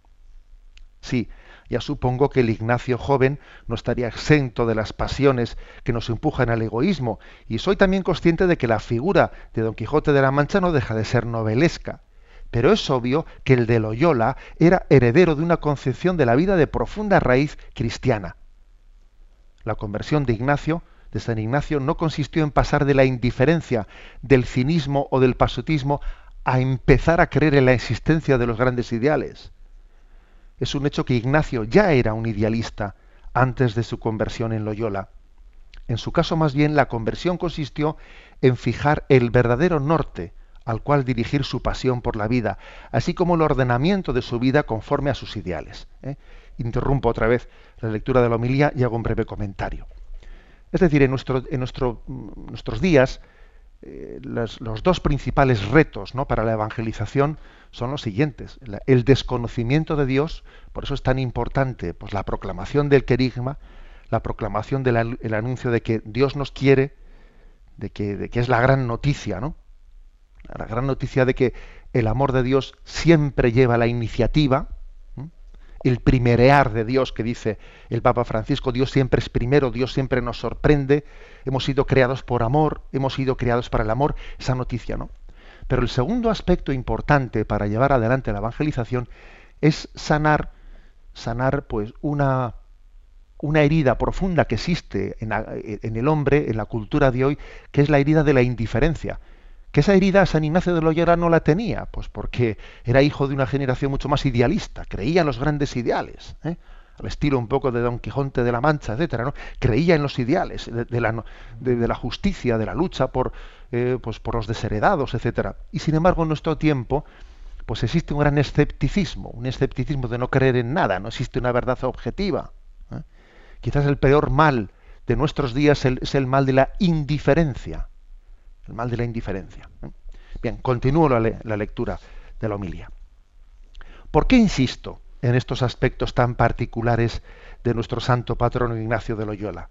Sí, ya supongo que el Ignacio joven no estaría exento de las pasiones que nos empujan al egoísmo, y soy también consciente de que la figura de Don Quijote de la Mancha no deja de ser novelesca. Pero es obvio que el de Loyola era heredero de una concepción de la vida de profunda raíz cristiana. La conversión de Ignacio, de San Ignacio, no consistió en pasar de la indiferencia, del cinismo o del pasotismo a empezar a creer en la existencia de los grandes ideales. Es un hecho que Ignacio ya era un idealista antes de su conversión en Loyola. En su caso, más bien, la conversión consistió en fijar el verdadero norte al cual dirigir su pasión por la vida, así como el ordenamiento de su vida conforme a sus ideales. ¿eh? Interrumpo otra vez la lectura de la homilía y hago un breve comentario. Es decir, en, nuestro, en nuestro, nuestros días, eh, los, los dos principales retos, ¿no?, para la evangelización son los siguientes. La, el desconocimiento de Dios, por eso es tan importante pues, la proclamación del querigma, la proclamación del el anuncio de que Dios nos quiere, de que, de que es la gran noticia, ¿no? La gran noticia de que el amor de Dios siempre lleva la iniciativa, ¿sí? El primerear de Dios que dice el Papa Francisco, Dios siempre es primero, Dios siempre nos sorprende, hemos sido creados por amor, hemos sido creados para el amor, esa noticia, ¿no? Pero el segundo aspecto importante para llevar adelante la evangelización es sanar, sanar pues una, una herida profunda que existe en, en el hombre, en la cultura de hoy, que es la herida de la indiferencia. Que esa herida San Ignacio de Loyola no la tenía, pues porque era hijo de una generación mucho más idealista, creía en los grandes ideales, ¿eh? al estilo un poco de Don Quijote de la Mancha, etcétera, ¿no? Creía en los ideales de, de, la, de, de la justicia, de la lucha por, eh, pues por los desheredados, etcétera. Y sin embargo, en nuestro tiempo, pues existe un gran escepticismo, un escepticismo de no creer en nada, no existe una verdad objetiva. ¿eh? Quizás el peor mal de nuestros días es el, es el mal de la indiferencia, el mal de la indiferencia. ¿eh? Bien, continúo la, le- la lectura de la homilía. ¿Por qué insisto en estos aspectos tan particulares de nuestro santo patrono Ignacio de Loyola?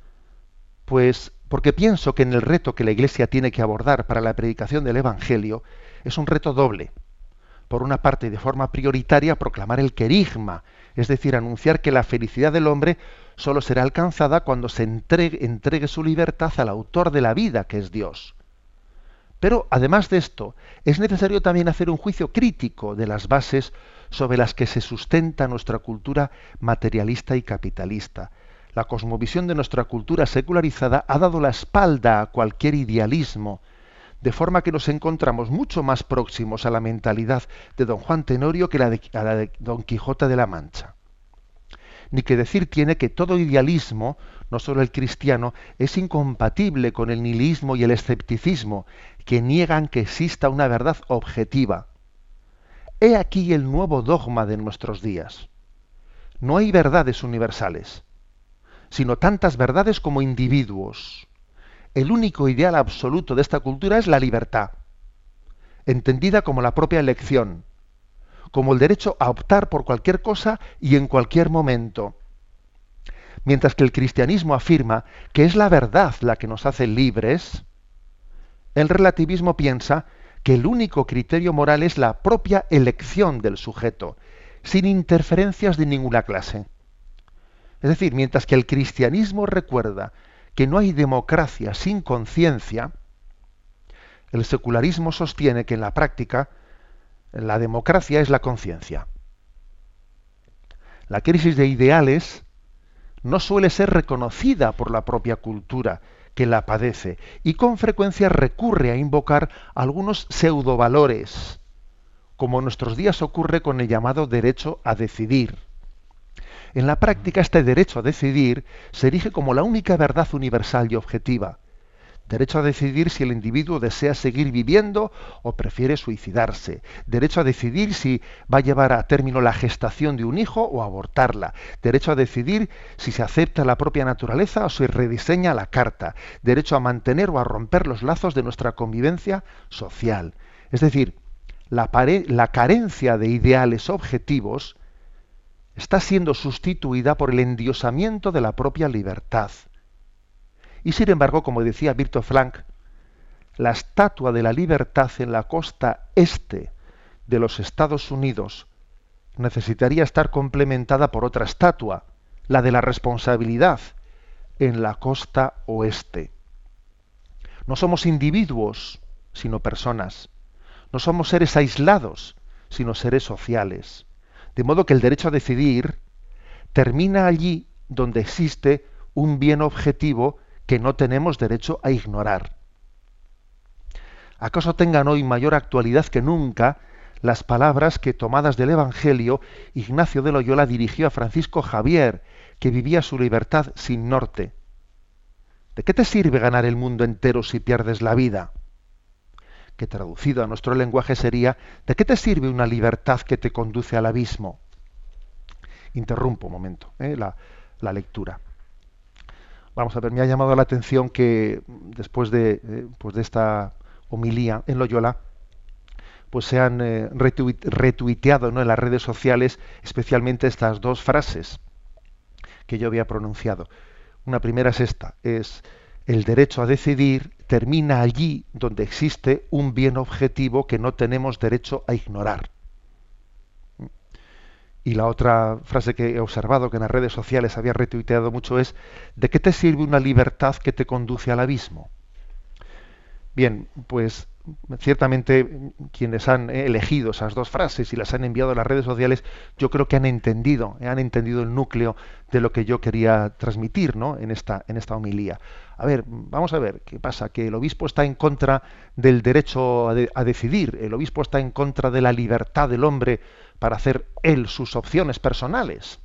Pues porque pienso que en el reto que la Iglesia tiene que abordar para la predicación del Evangelio es un reto doble. Por una parte, y de forma prioritaria, proclamar el querigma, es decir, anunciar que la felicidad del hombre solo será alcanzada cuando se entregue, entregue su libertad al autor de la vida, que es Dios. Pero, además de esto, es necesario también hacer un juicio crítico de las bases sobre las que se sustenta nuestra cultura materialista y capitalista. La cosmovisión de nuestra cultura secularizada ha dado la espalda a cualquier idealismo, de forma que nos encontramos mucho más próximos a la mentalidad de don Juan Tenorio que la de, a la de don Quijote de la Mancha. Ni que decir tiene que todo idealismo, no solo el cristiano, es incompatible con el nihilismo y el escepticismo, que niegan que exista una verdad objetiva. He aquí el nuevo dogma de nuestros días. No hay verdades universales, sino tantas verdades como individuos. El único ideal absoluto de esta cultura es la libertad, entendida como la propia elección, como el derecho a optar por cualquier cosa y en cualquier momento. Mientras que el cristianismo afirma que es la verdad la que nos hace libres, el relativismo piensa que el único criterio moral es la propia elección del sujeto, sin interferencias de ninguna clase. Es decir, mientras que el cristianismo recuerda que no hay democracia sin conciencia, el secularismo sostiene que en la práctica la democracia es la conciencia. La crisis de ideales no suele ser reconocida por la propia cultura que la padece y con frecuencia recurre a invocar algunos pseudovalores, como en nuestros días ocurre con el llamado derecho a decidir. En la práctica, este derecho a decidir se erige como la única verdad universal y objetiva. Derecho a decidir si el individuo desea seguir viviendo o prefiere suicidarse. Derecho a decidir si va a llevar a término la gestación de un hijo o abortarla. Derecho a decidir si se acepta la propia naturaleza o se rediseña la carta. Derecho a mantener o a romper los lazos de nuestra convivencia social. Es decir, la, pare- la carencia de ideales objetivos está siendo sustituida por el endiosamiento de la propia libertad. Y sin embargo, como decía Viktor Frankl, la estatua de la libertad en la costa este de los Estados Unidos necesitaría estar complementada por otra estatua, la de la responsabilidad, en la costa oeste. No somos individuos, sino personas. No somos seres aislados, sino seres sociales. De modo que el derecho a decidir termina allí donde existe un bien objetivo que no tenemos derecho a ignorar. ¿Acaso tengan hoy mayor actualidad que nunca las palabras que, tomadas del Evangelio, Ignacio de Loyola dirigió a Francisco Javier, que vivía su libertad sin norte? ¿De qué te sirve ganar el mundo entero si pierdes la vida? Que traducido a nuestro lenguaje sería: ¿de qué te sirve una libertad que te conduce al abismo? Interrumpo un momento ¿eh? la, la lectura. Vamos a ver, me ha llamado la atención que después de, eh, pues de esta homilía en Loyola, pues se han eh, retuit, retuiteado, ¿no?, en las redes sociales, especialmente estas dos frases que yo había pronunciado. Una primera es esta: es el derecho a decidir termina allí donde existe un bien objetivo que no tenemos derecho a ignorar. Y la otra frase que he observado que en las redes sociales había retuiteado mucho es: ¿de qué te sirve una libertad que te conduce al abismo? Bien, pues ciertamente quienes han elegido esas dos frases y las han enviado a las redes sociales, yo creo que han entendido, han entendido el núcleo de lo que yo quería transmitir, ¿no?, en esta, en esta homilía. A ver, vamos a ver qué pasa, que el obispo está en contra del derecho a, de, a decidir, el obispo está en contra de la libertad del hombre para hacer él sus opciones personales.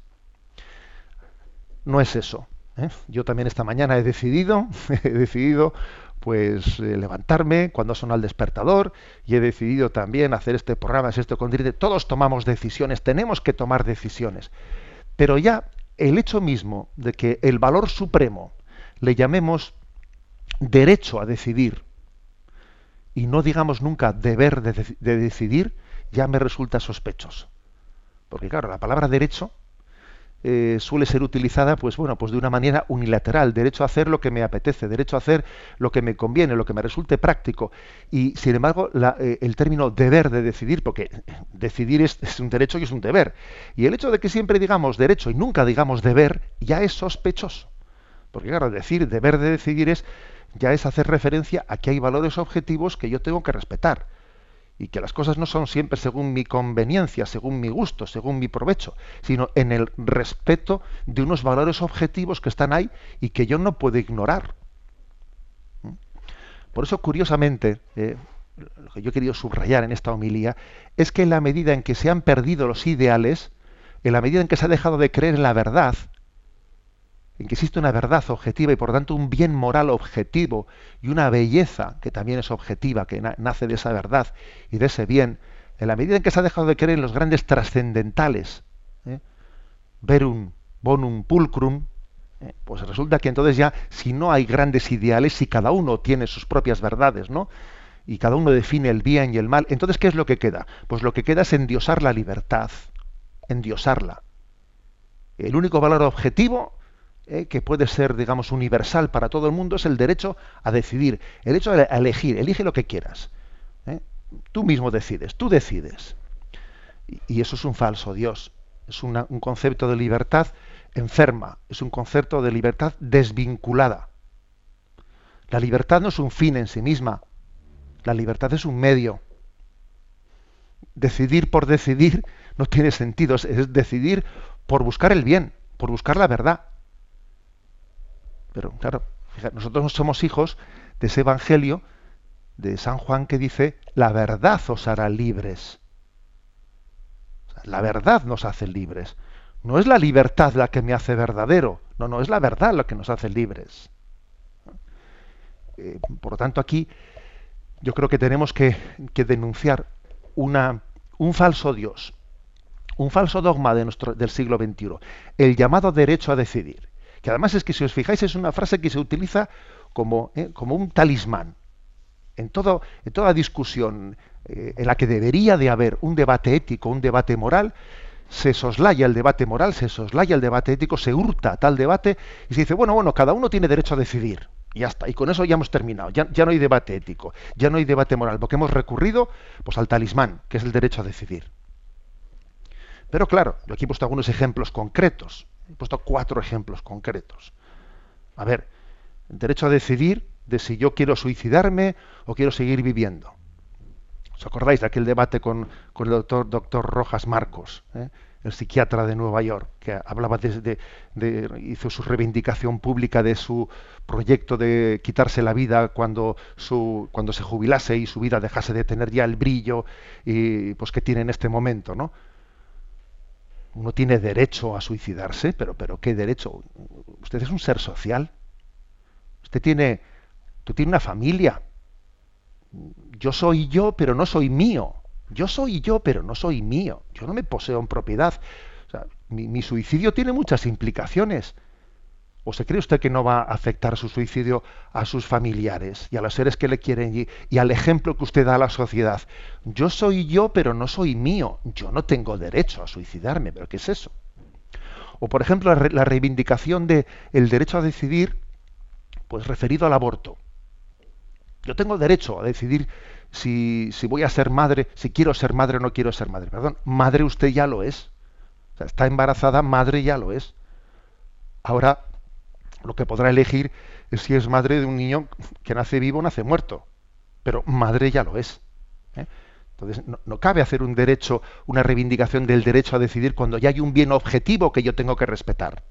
No es eso, ¿eh? Yo también esta mañana he decidido, he decidido pues eh, levantarme cuando suena el despertador, y he decidido también hacer este programa, es esto con Dirite. Todos tomamos decisiones, tenemos que tomar decisiones. Pero ya el hecho mismo de que el valor supremo le llamemos derecho a decidir y no digamos nunca deber de, de, de decidir, ya me resulta sospechoso. Porque claro, la palabra derecho eh, suele ser utilizada pues bueno, pues de una manera unilateral, derecho a hacer lo que me apetece, derecho a hacer lo que me conviene, lo que me resulte práctico. Y sin embargo, la, eh, el término deber de decidir, porque decidir es, es un derecho y es un deber. Y el hecho de que siempre digamos derecho y nunca digamos deber, ya es sospechoso. Porque claro, decir deber de decidir es ya es hacer referencia a que hay valores objetivos que yo tengo que respetar. Y que las cosas no son siempre según mi conveniencia, según mi gusto, según mi provecho, sino en el respeto de unos valores objetivos que están ahí y que yo no puedo ignorar. Por eso, curiosamente, eh, lo que yo he querido subrayar en esta homilía es que en la medida en que se han perdido los ideales, en la medida en que se ha dejado de creer en la verdad, en que existe una verdad objetiva y por tanto un bien moral objetivo y una belleza que también es objetiva, que na- nace de esa verdad y de ese bien, en la medida en que se ha dejado de creer en los grandes trascendentales, ¿eh? Verum, bonum, pulcrum, ¿eh? Pues resulta que entonces ya, si no hay grandes ideales, si cada uno tiene sus propias verdades, ¿no? Y cada uno define el bien y el mal, entonces ¿qué es lo que queda? Pues lo que queda es endiosar la libertad, endiosarla. El único valor objetivo Eh, que puede ser, digamos, universal para todo el mundo, es el derecho a decidir, el hecho de elegir, elige lo que quieras. ¿eh? Tú mismo decides, tú decides. Y, y eso es un falso Dios, es una, un concepto de libertad enferma, es un concepto de libertad desvinculada. La libertad no es un fin en sí misma, la libertad es un medio. Decidir por decidir no tiene sentido, es, es decidir por buscar el bien, por buscar la verdad. Pero claro, fíjate, nosotros no somos hijos de ese evangelio de San Juan que dice, la verdad os hará libres. O sea, la verdad nos hace libres. No es la libertad la que me hace verdadero, no, no, es la verdad la que nos hace libres. Eh, por lo tanto, aquí yo creo que tenemos que, que denunciar una, un falso Dios, un falso dogma de nuestro, del siglo veintiuno, el llamado derecho a decidir. Que además es que, si os fijáis, es una frase que se utiliza como, eh, como un talismán. En, todo, en toda discusión eh, en la que debería de haber un debate ético, un debate moral, se soslaya el debate moral, se soslaya el debate ético, se hurta tal debate y se dice, bueno, bueno, cada uno tiene derecho a decidir. Y ya está. Y con eso ya hemos terminado. Ya, ya no hay debate ético, ya no hay debate moral, porque hemos recurrido pues, al talismán, que es el derecho a decidir. Pero claro, yo aquí he puesto algunos ejemplos concretos. He puesto cuatro ejemplos concretos. A ver, el derecho a decidir de si yo quiero suicidarme o quiero seguir viviendo. ¿Os acordáis de aquel debate con, con el doctor, doctor Rojas Marcos, eh? el psiquiatra de Nueva York, que hablaba de, de, de, hizo su reivindicación pública de su proyecto de quitarse la vida cuando, su, cuando se jubilase y su vida dejase de tener ya el brillo y, pues, que tiene en este momento, ¿no? Uno tiene derecho a suicidarse, pero, pero ¿qué derecho? Usted es un ser social. Usted tiene, tú tiene una familia. Yo soy yo, pero no soy mío. Yo soy yo, pero no soy mío. Yo no me poseo en propiedad. O sea, mi, mi suicidio tiene muchas implicaciones. ¿O se cree usted que no va a afectar su suicidio a sus familiares y a los seres que le quieren y, y al ejemplo que usted da a la sociedad? Yo soy yo, pero no soy mío. Yo no tengo derecho a suicidarme. ¿Pero qué es eso? O, por ejemplo, la, re, la reivindicación del derecho a decidir, pues referido al aborto. Yo tengo derecho a decidir si, si voy a ser madre, si quiero ser madre o no quiero ser madre. Perdón, madre usted ya lo es. O sea, está embarazada, madre ya lo es. Ahora, lo que podrá elegir es si es madre de un niño que nace vivo o nace muerto. Pero madre ya lo es. ¿eh? Entonces, no, no cabe hacer un derecho, una reivindicación del derecho a decidir cuando ya hay un bien objetivo que yo tengo que respetar.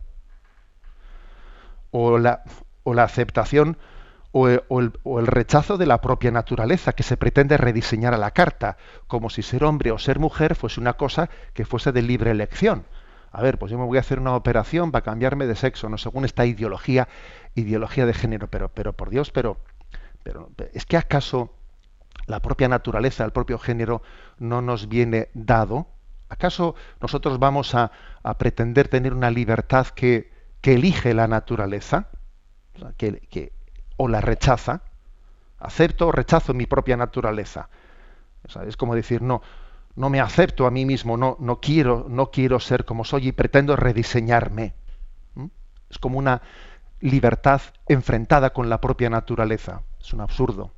O la, o la aceptación o el, o, el, o el rechazo de la propia naturaleza que se pretende rediseñar a la carta, como si ser hombre o ser mujer fuese una cosa que fuese de libre elección. A ver, pues yo me voy a hacer una operación para cambiarme de sexo, no según esta ideología, ideología de género, pero, pero por Dios, pero, Pero ¿es que acaso la propia naturaleza, el propio género no nos viene dado? ¿Acaso nosotros vamos a, a pretender tener una libertad que, que elige la naturaleza? O sea, que, que, o la rechaza. ¿Acepto o rechazo mi propia naturaleza? O sea, es como decir, no, no me acepto a mí mismo, no, no quiero, no quiero ser como soy y pretendo rediseñarme. ¿Mm? Es como una libertad enfrentada con la propia naturaleza. Es un absurdo.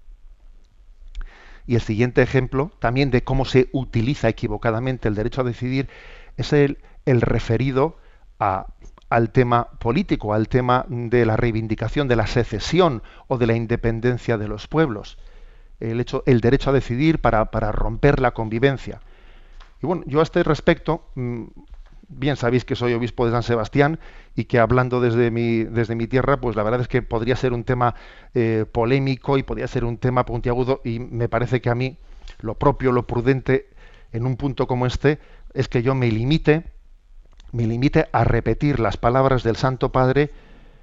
Y el siguiente ejemplo, también de cómo se utiliza equivocadamente el derecho a decidir, es el, el referido a, al tema político, al tema de la reivindicación de la secesión o de la independencia de los pueblos. El, hecho, el derecho a decidir para, para romper la convivencia. Y bueno, yo a este respecto, bien sabéis que soy obispo de San Sebastián y que hablando desde mi, desde mi tierra, pues la verdad es que podría ser un tema eh, polémico y podría ser un tema puntiagudo, y me parece que a mí lo propio, lo prudente en un punto como este es que yo me limite, me limite a repetir las palabras del Santo Padre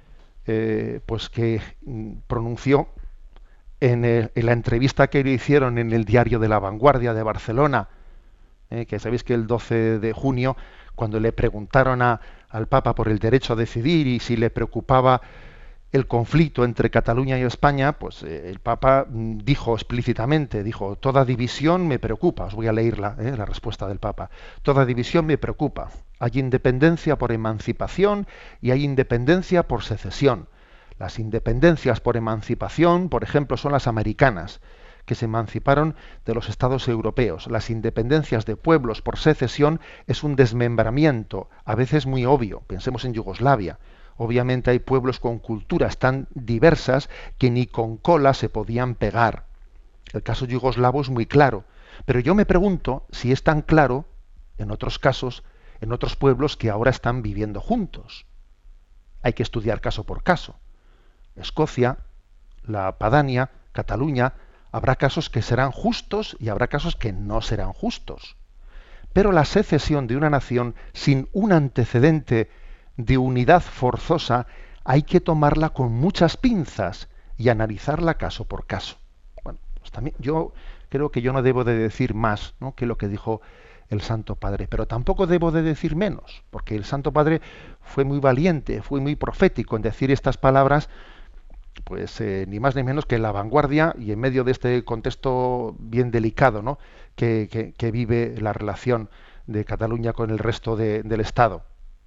eh, pues que pronunció en, el, en la entrevista que le hicieron en el diario de La Vanguardia de Barcelona, eh, que sabéis que el doce de junio, cuando le preguntaron a, al Papa por el derecho a decidir y si le preocupaba el conflicto entre Cataluña y España, pues eh, el Papa dijo explícitamente, dijo, toda división me preocupa. Os voy a leerla, eh, la respuesta del Papa. Toda división me preocupa. Hay independencia por emancipación y hay independencia por secesión. Las independencias por emancipación, por ejemplo, son las americanas, que se emanciparon de los estados europeos. Las independencias de pueblos por secesión es un desmembramiento, a veces muy obvio. Pensemos en Yugoslavia. Obviamente hay pueblos con culturas tan diversas que ni con cola se podían pegar. El caso yugoslavo es muy claro. Pero yo me pregunto si es tan claro en otros casos, en otros pueblos que ahora están viviendo juntos. Hay que estudiar caso por caso. Escocia, la Padania, Cataluña, habrá casos que serán justos y habrá casos que no serán justos. Pero la secesión de una nación sin un antecedente de unidad forzosa hay que tomarla con muchas pinzas y analizarla caso por caso. Bueno, pues también yo creo que yo no debo de decir más, ¿no?, que lo que dijo el Santo Padre, pero tampoco debo de decir menos, porque el Santo Padre fue muy valiente, fue muy profético en decir estas palabras, pues eh, ni más ni menos que en La Vanguardia y en medio de este contexto bien delicado, ¿no?, que, que, que vive la relación de Cataluña con el resto de, del Estado.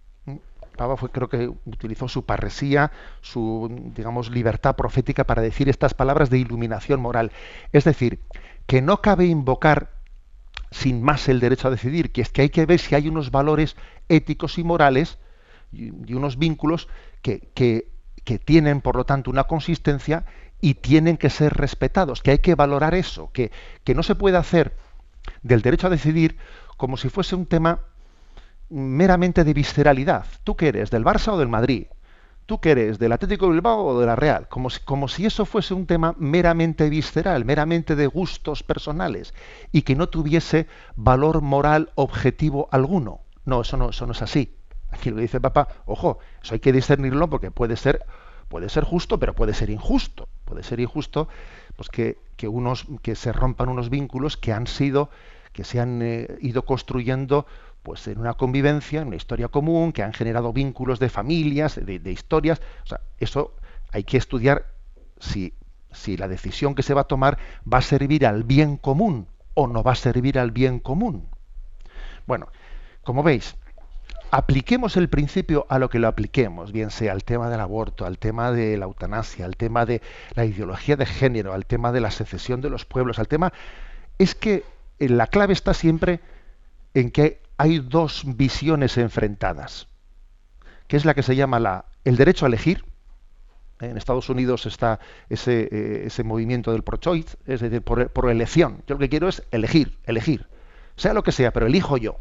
Papa fue, creo que utilizó su parresía, su, digamos, libertad profética para decir estas palabras de iluminación moral. Es decir, que no cabe invocar sin más el derecho a decidir, que es que hay que ver si hay unos valores éticos y morales y, y unos vínculos que, que, que tienen, por lo tanto, una consistencia y tienen que ser respetados, que hay que valorar eso, que, que no se puede hacer del derecho a decidir como si fuese un tema meramente de visceralidad. ¿Tú qué eres, del Barça o del Madrid? ¿Tú qué eres, del Atlético de Bilbao o de la Real? Como si, como si eso fuese un tema meramente visceral, meramente de gustos personales y que no tuviese valor moral objetivo alguno. No, eso no, eso no es así. Aquí lo dice el Papa, ojo, eso hay que discernirlo porque puede ser, puede ser justo, pero puede ser injusto. Puede ser injusto pues que, que, unos, que se rompan unos vínculos que han sido, que se han eh, ido construyendo pues en una convivencia, en una historia común, que han generado vínculos de familias, de, de historias. O sea, eso hay que estudiar si, si la decisión que se va a tomar va a servir al bien común o no va a servir al bien común. Bueno, como veis, apliquemos el principio a lo que lo apliquemos, bien sea al tema del aborto, al tema de la eutanasia, al tema de la ideología de género, al tema de la secesión de los pueblos, al tema... Es que la clave está siempre en que hay dos visiones enfrentadas, que es la que se llama la, el derecho a elegir. En Estados Unidos está ese, eh, ese movimiento del pro-choice, es decir, por, por elección. Yo lo que quiero es elegir, elegir, sea lo que sea, pero elijo yo.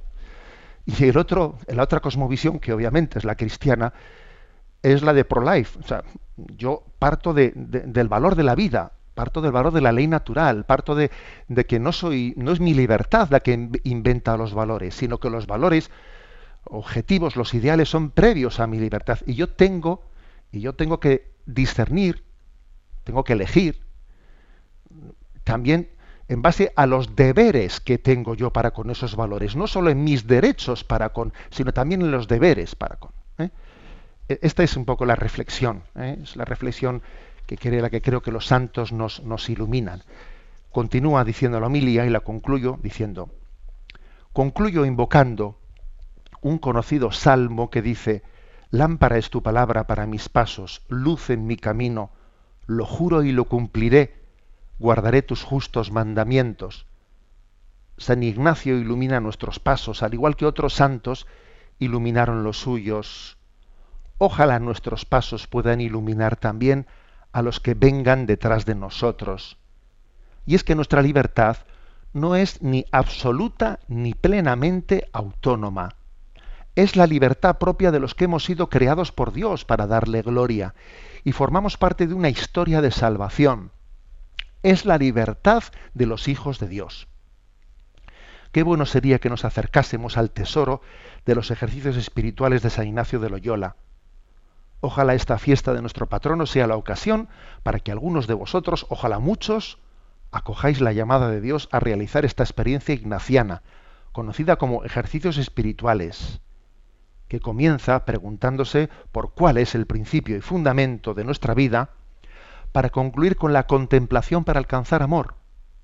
Y el otro, la otra cosmovisión, que obviamente es la cristiana, es la de pro-life. O sea, yo parto de, de, del valor de la vida, parto del valor de la ley natural, parto de, de que no soy, no es mi libertad la que inventa los valores, sino que los valores objetivos, los ideales son previos a mi libertad. Y yo tengo, y yo tengo que discernir, tengo que elegir también en base a los deberes que tengo yo para con esos valores, no solo en mis derechos para con, sino también en los deberes para con. ¿eh? Esta es un poco la reflexión, ¿eh? es la reflexión que cree, la que creo que los santos nos, nos iluminan. Continúa diciendo la homilía y la concluyo diciendo, concluyo invocando un conocido salmo que dice, lámpara es tu palabra para mis pasos, luz en mi camino, lo juro y lo cumpliré, guardaré tus justos mandamientos. San Ignacio ilumina nuestros pasos, al igual que otros santos iluminaron los suyos. Ojalá nuestros pasos puedan iluminar también a los que vengan detrás de nosotros. Y es que nuestra libertad no es ni absoluta ni plenamente autónoma. Es la libertad propia de los que hemos sido creados por Dios para darle gloria y formamos parte de una historia de salvación. Es la libertad de los hijos de Dios. Qué bueno sería que nos acercásemos al tesoro de los ejercicios espirituales de San Ignacio de Loyola. Ojalá esta fiesta de nuestro patrono sea la ocasión para que algunos de vosotros, ojalá muchos, acojáis la llamada de Dios a realizar esta experiencia ignaciana, conocida como ejercicios espirituales, que comienza preguntándose por cuál es el principio y fundamento de nuestra vida, para concluir con la contemplación para alcanzar amor.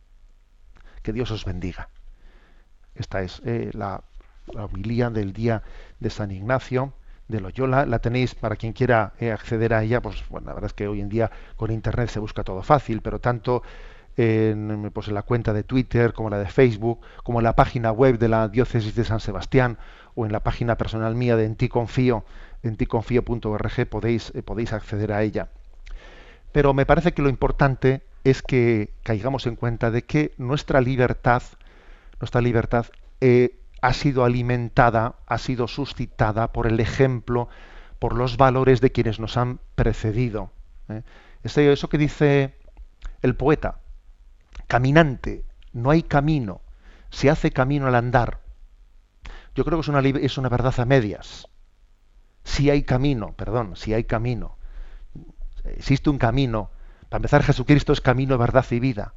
Que Dios os bendiga. Esta es eh, la, la homilía del día de San Ignacio de Loyola. La tenéis para quien quiera eh, acceder a ella. Pues bueno, la verdad es que hoy en día con internet se busca todo fácil, pero tanto en, pues en la cuenta de Twitter como la de Facebook, como en la página web de la Diócesis de San Sebastián o en la página personal mía de En ti confío, en ti confío punto org podéis eh, podéis acceder a ella. Pero me parece que lo importante es que caigamos en cuenta de que nuestra libertad, nuestra libertad eh, ha sido alimentada, ha sido suscitada por el ejemplo, por los valores de quienes nos han precedido. ¿eh? Ese, eso que dice el poeta, caminante, no hay camino, se hace camino al andar. Yo creo que es una, es una verdad a medias. Sí hay camino, perdón, sí hay camino. Existe un camino. Para empezar, Jesucristo es camino, verdad y vida.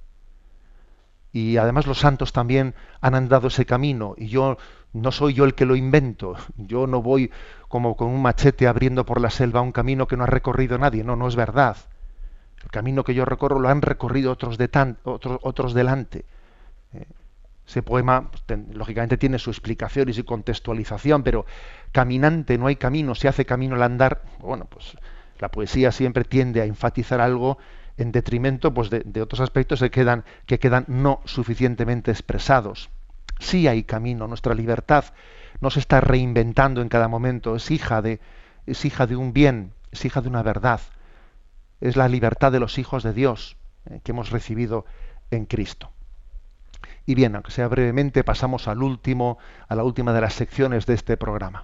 Y además los santos también han andado ese camino. Y yo no soy yo el que lo invento. Yo no voy como con un machete abriendo por la selva un camino que no ha recorrido nadie. No, no es verdad. El camino que yo recorro lo han recorrido otros, de tan, otros, otros delante. Eh, ese poema, pues, ten, lógicamente, tiene su explicación y su contextualización, pero caminante, no hay camino, se hace camino al andar. Bueno, pues la poesía siempre tiende a enfatizar algo en detrimento pues, de, de otros aspectos que quedan, que quedan no suficientemente expresados. Sí hay camino, nuestra libertad no se está reinventando en cada momento, es hija de, es hija de un bien, es hija de una verdad. Es la libertad de los hijos de Dios eh, que hemos recibido en Cristo. Y bien, aunque sea brevemente, pasamos al último, a la última de las secciones de este programa.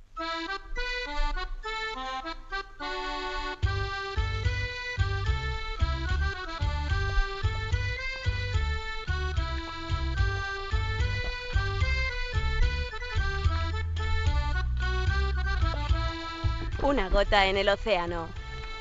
Una gota en el océano.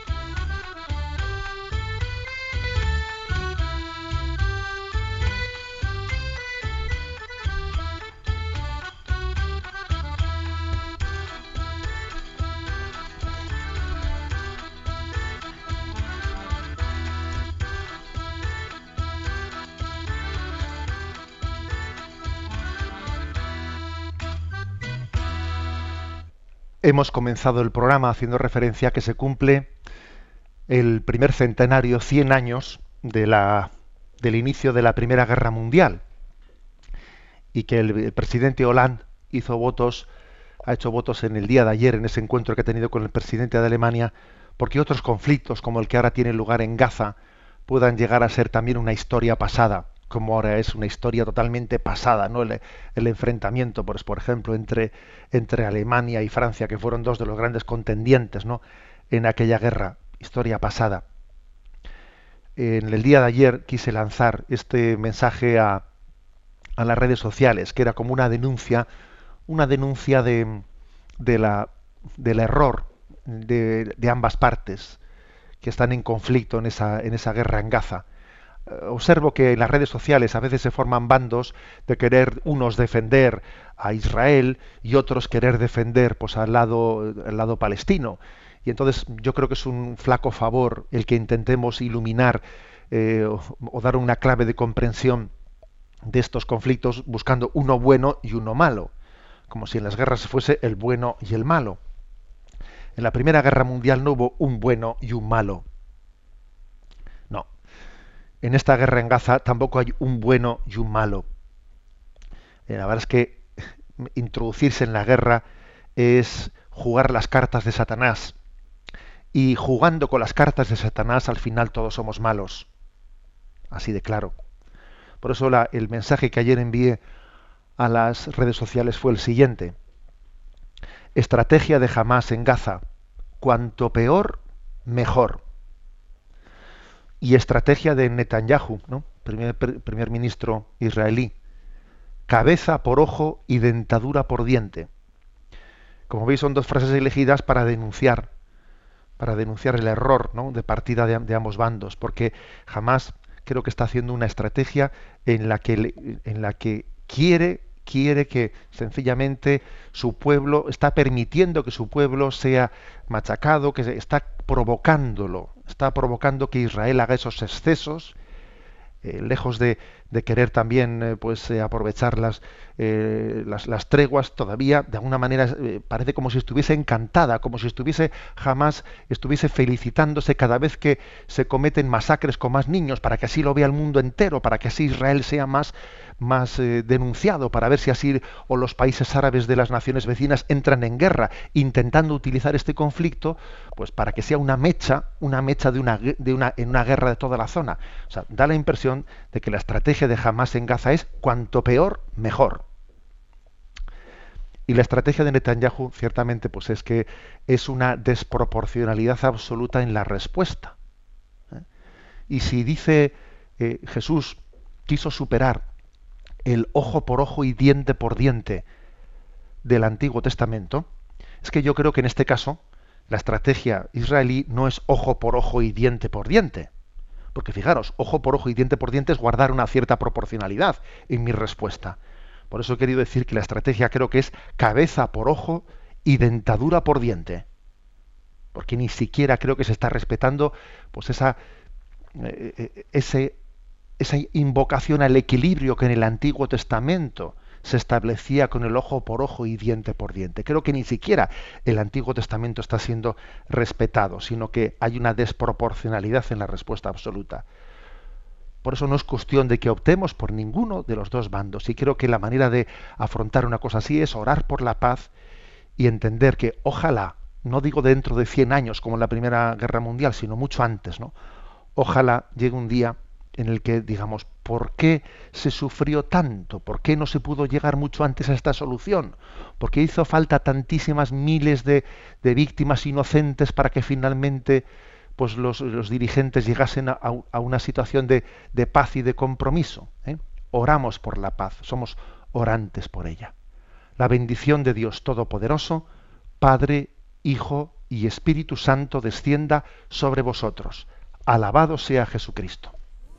Hemos comenzado el programa haciendo referencia a que se cumple el primer centenario, cien años, de la, del inicio de la Primera Guerra Mundial, y que el, el presidente Hollande hizo votos, ha hecho votos en el día de ayer, en ese encuentro que ha tenido con el presidente de Alemania, porque otros conflictos, como el que ahora tiene lugar en Gaza, puedan llegar a ser también una historia pasada, como ahora es una historia totalmente pasada, ¿no? El, el enfrentamiento, pues, por ejemplo, entre, entre Alemania y Francia, que fueron dos de los grandes contendientes, ¿no? En aquella guerra, historia pasada. En el día de ayer quise lanzar este mensaje a, a las redes sociales, que era como una denuncia, una denuncia de, de la, del error de, de ambas partes que están en conflicto en esa, en esa guerra en Gaza. observo que en las redes sociales a veces se forman bandos de querer unos defender a Israel y otros querer defender pues al lado, al lado palestino. Y entonces yo creo que es un flaco favor el que intentemos iluminar eh, o, o dar una clave de comprensión de estos conflictos buscando uno bueno y uno malo, como si en las guerras fuese el bueno y el malo. En la Primera Guerra Mundial no hubo un bueno y un malo. No. En esta guerra en Gaza tampoco hay un bueno y un malo. Eh, la verdad es que introducirse en la guerra es jugar las cartas de Satanás. Y jugando con las cartas de Satanás, al final todos somos malos. Así de claro. Por eso la, el mensaje que ayer envié a las redes sociales fue el siguiente. Estrategia de Hamás en Gaza. Cuanto peor, mejor. Y estrategia de Netanyahu, ¿no? primer, primer ministro israelí. Cabeza por ojo y dentadura por diente. Como veis, son dos frases elegidas para denunciar, para denunciar el error, ¿no? de partida de, de ambos bandos, porque Hamás creo que está haciendo una estrategia en la que, en la que quiere, quiere que sencillamente su pueblo, está permitiendo que su pueblo sea machacado, que está provocándolo, está provocando que Israel haga esos excesos, eh, lejos de, de querer también eh, pues eh, aprovechar las, eh, las, las treguas, todavía de alguna manera eh, parece como si estuviese encantada, como si estuviese jamás estuviese felicitándose cada vez que se cometen masacres con más niños, para que así lo vea el mundo entero, para que así Israel sea más más eh, denunciado, para ver si así o los países árabes de las naciones vecinas entran en guerra, intentando utilizar este conflicto pues para que sea una mecha, una mecha de una, de una en una guerra de toda la zona. O sea, da la impresión de que la estrategia de Hamás en Gaza es cuanto peor, mejor. Y la estrategia de Netanyahu, ciertamente, pues es que es una desproporcionalidad absoluta en la respuesta. ¿Eh? Y si dice eh, Jesús quiso superar el ojo por ojo y diente por diente del Antiguo Testamento, es que yo creo que en este caso la estrategia israelí no es ojo por ojo y diente por diente. Porque fijaros, ojo por ojo y diente por diente es guardar una cierta proporcionalidad en mi respuesta. Por eso he querido decir que la estrategia creo que es cabeza por ojo y dentadura por diente. Porque ni siquiera creo que se está respetando pues esa, eh, ese, esa invocación al equilibrio que en el Antiguo Testamento se establecía con el ojo por ojo y diente por diente. Creo que ni siquiera el Antiguo Testamento está siendo respetado, sino que hay una desproporcionalidad en la respuesta absoluta. Por eso no es cuestión de que optemos por ninguno de los dos bandos. Y creo que la manera de afrontar una cosa así es orar por la paz y entender que ojalá, no digo dentro de cien años como en la Primera Guerra Mundial, sino mucho antes, ¿no? Ojalá llegue un día en el que digamos, ¿por qué se sufrió tanto? ¿Por qué no se pudo llegar mucho antes a esta solución? ¿Por qué hizo falta tantísimas miles de, de víctimas inocentes para que finalmente pues los, los dirigentes llegasen a, a una situación de, de paz y de compromiso? ¿eh? Oramos por la paz, somos orantes por ella. La bendición de Dios Todopoderoso, Padre, Hijo y Espíritu Santo descienda sobre vosotros. Alabado sea Jesucristo.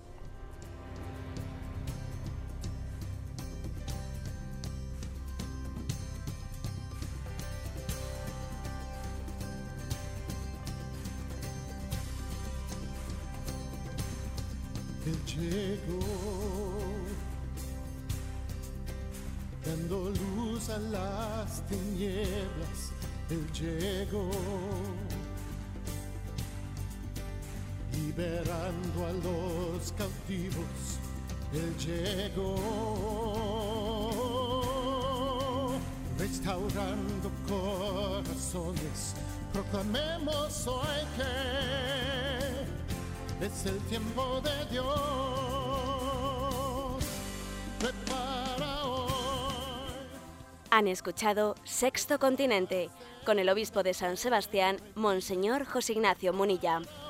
Él llegó, dando luz a las tinieblas. Él llegó, liberando a los cautivos. Él llegó, restaurando corazones. Proclamemos hoy que es el tiempo de Dios. Prepara hoy. Han escuchado Sexto Continente con el obispo de San Sebastián, Monseñor José Ignacio Munilla.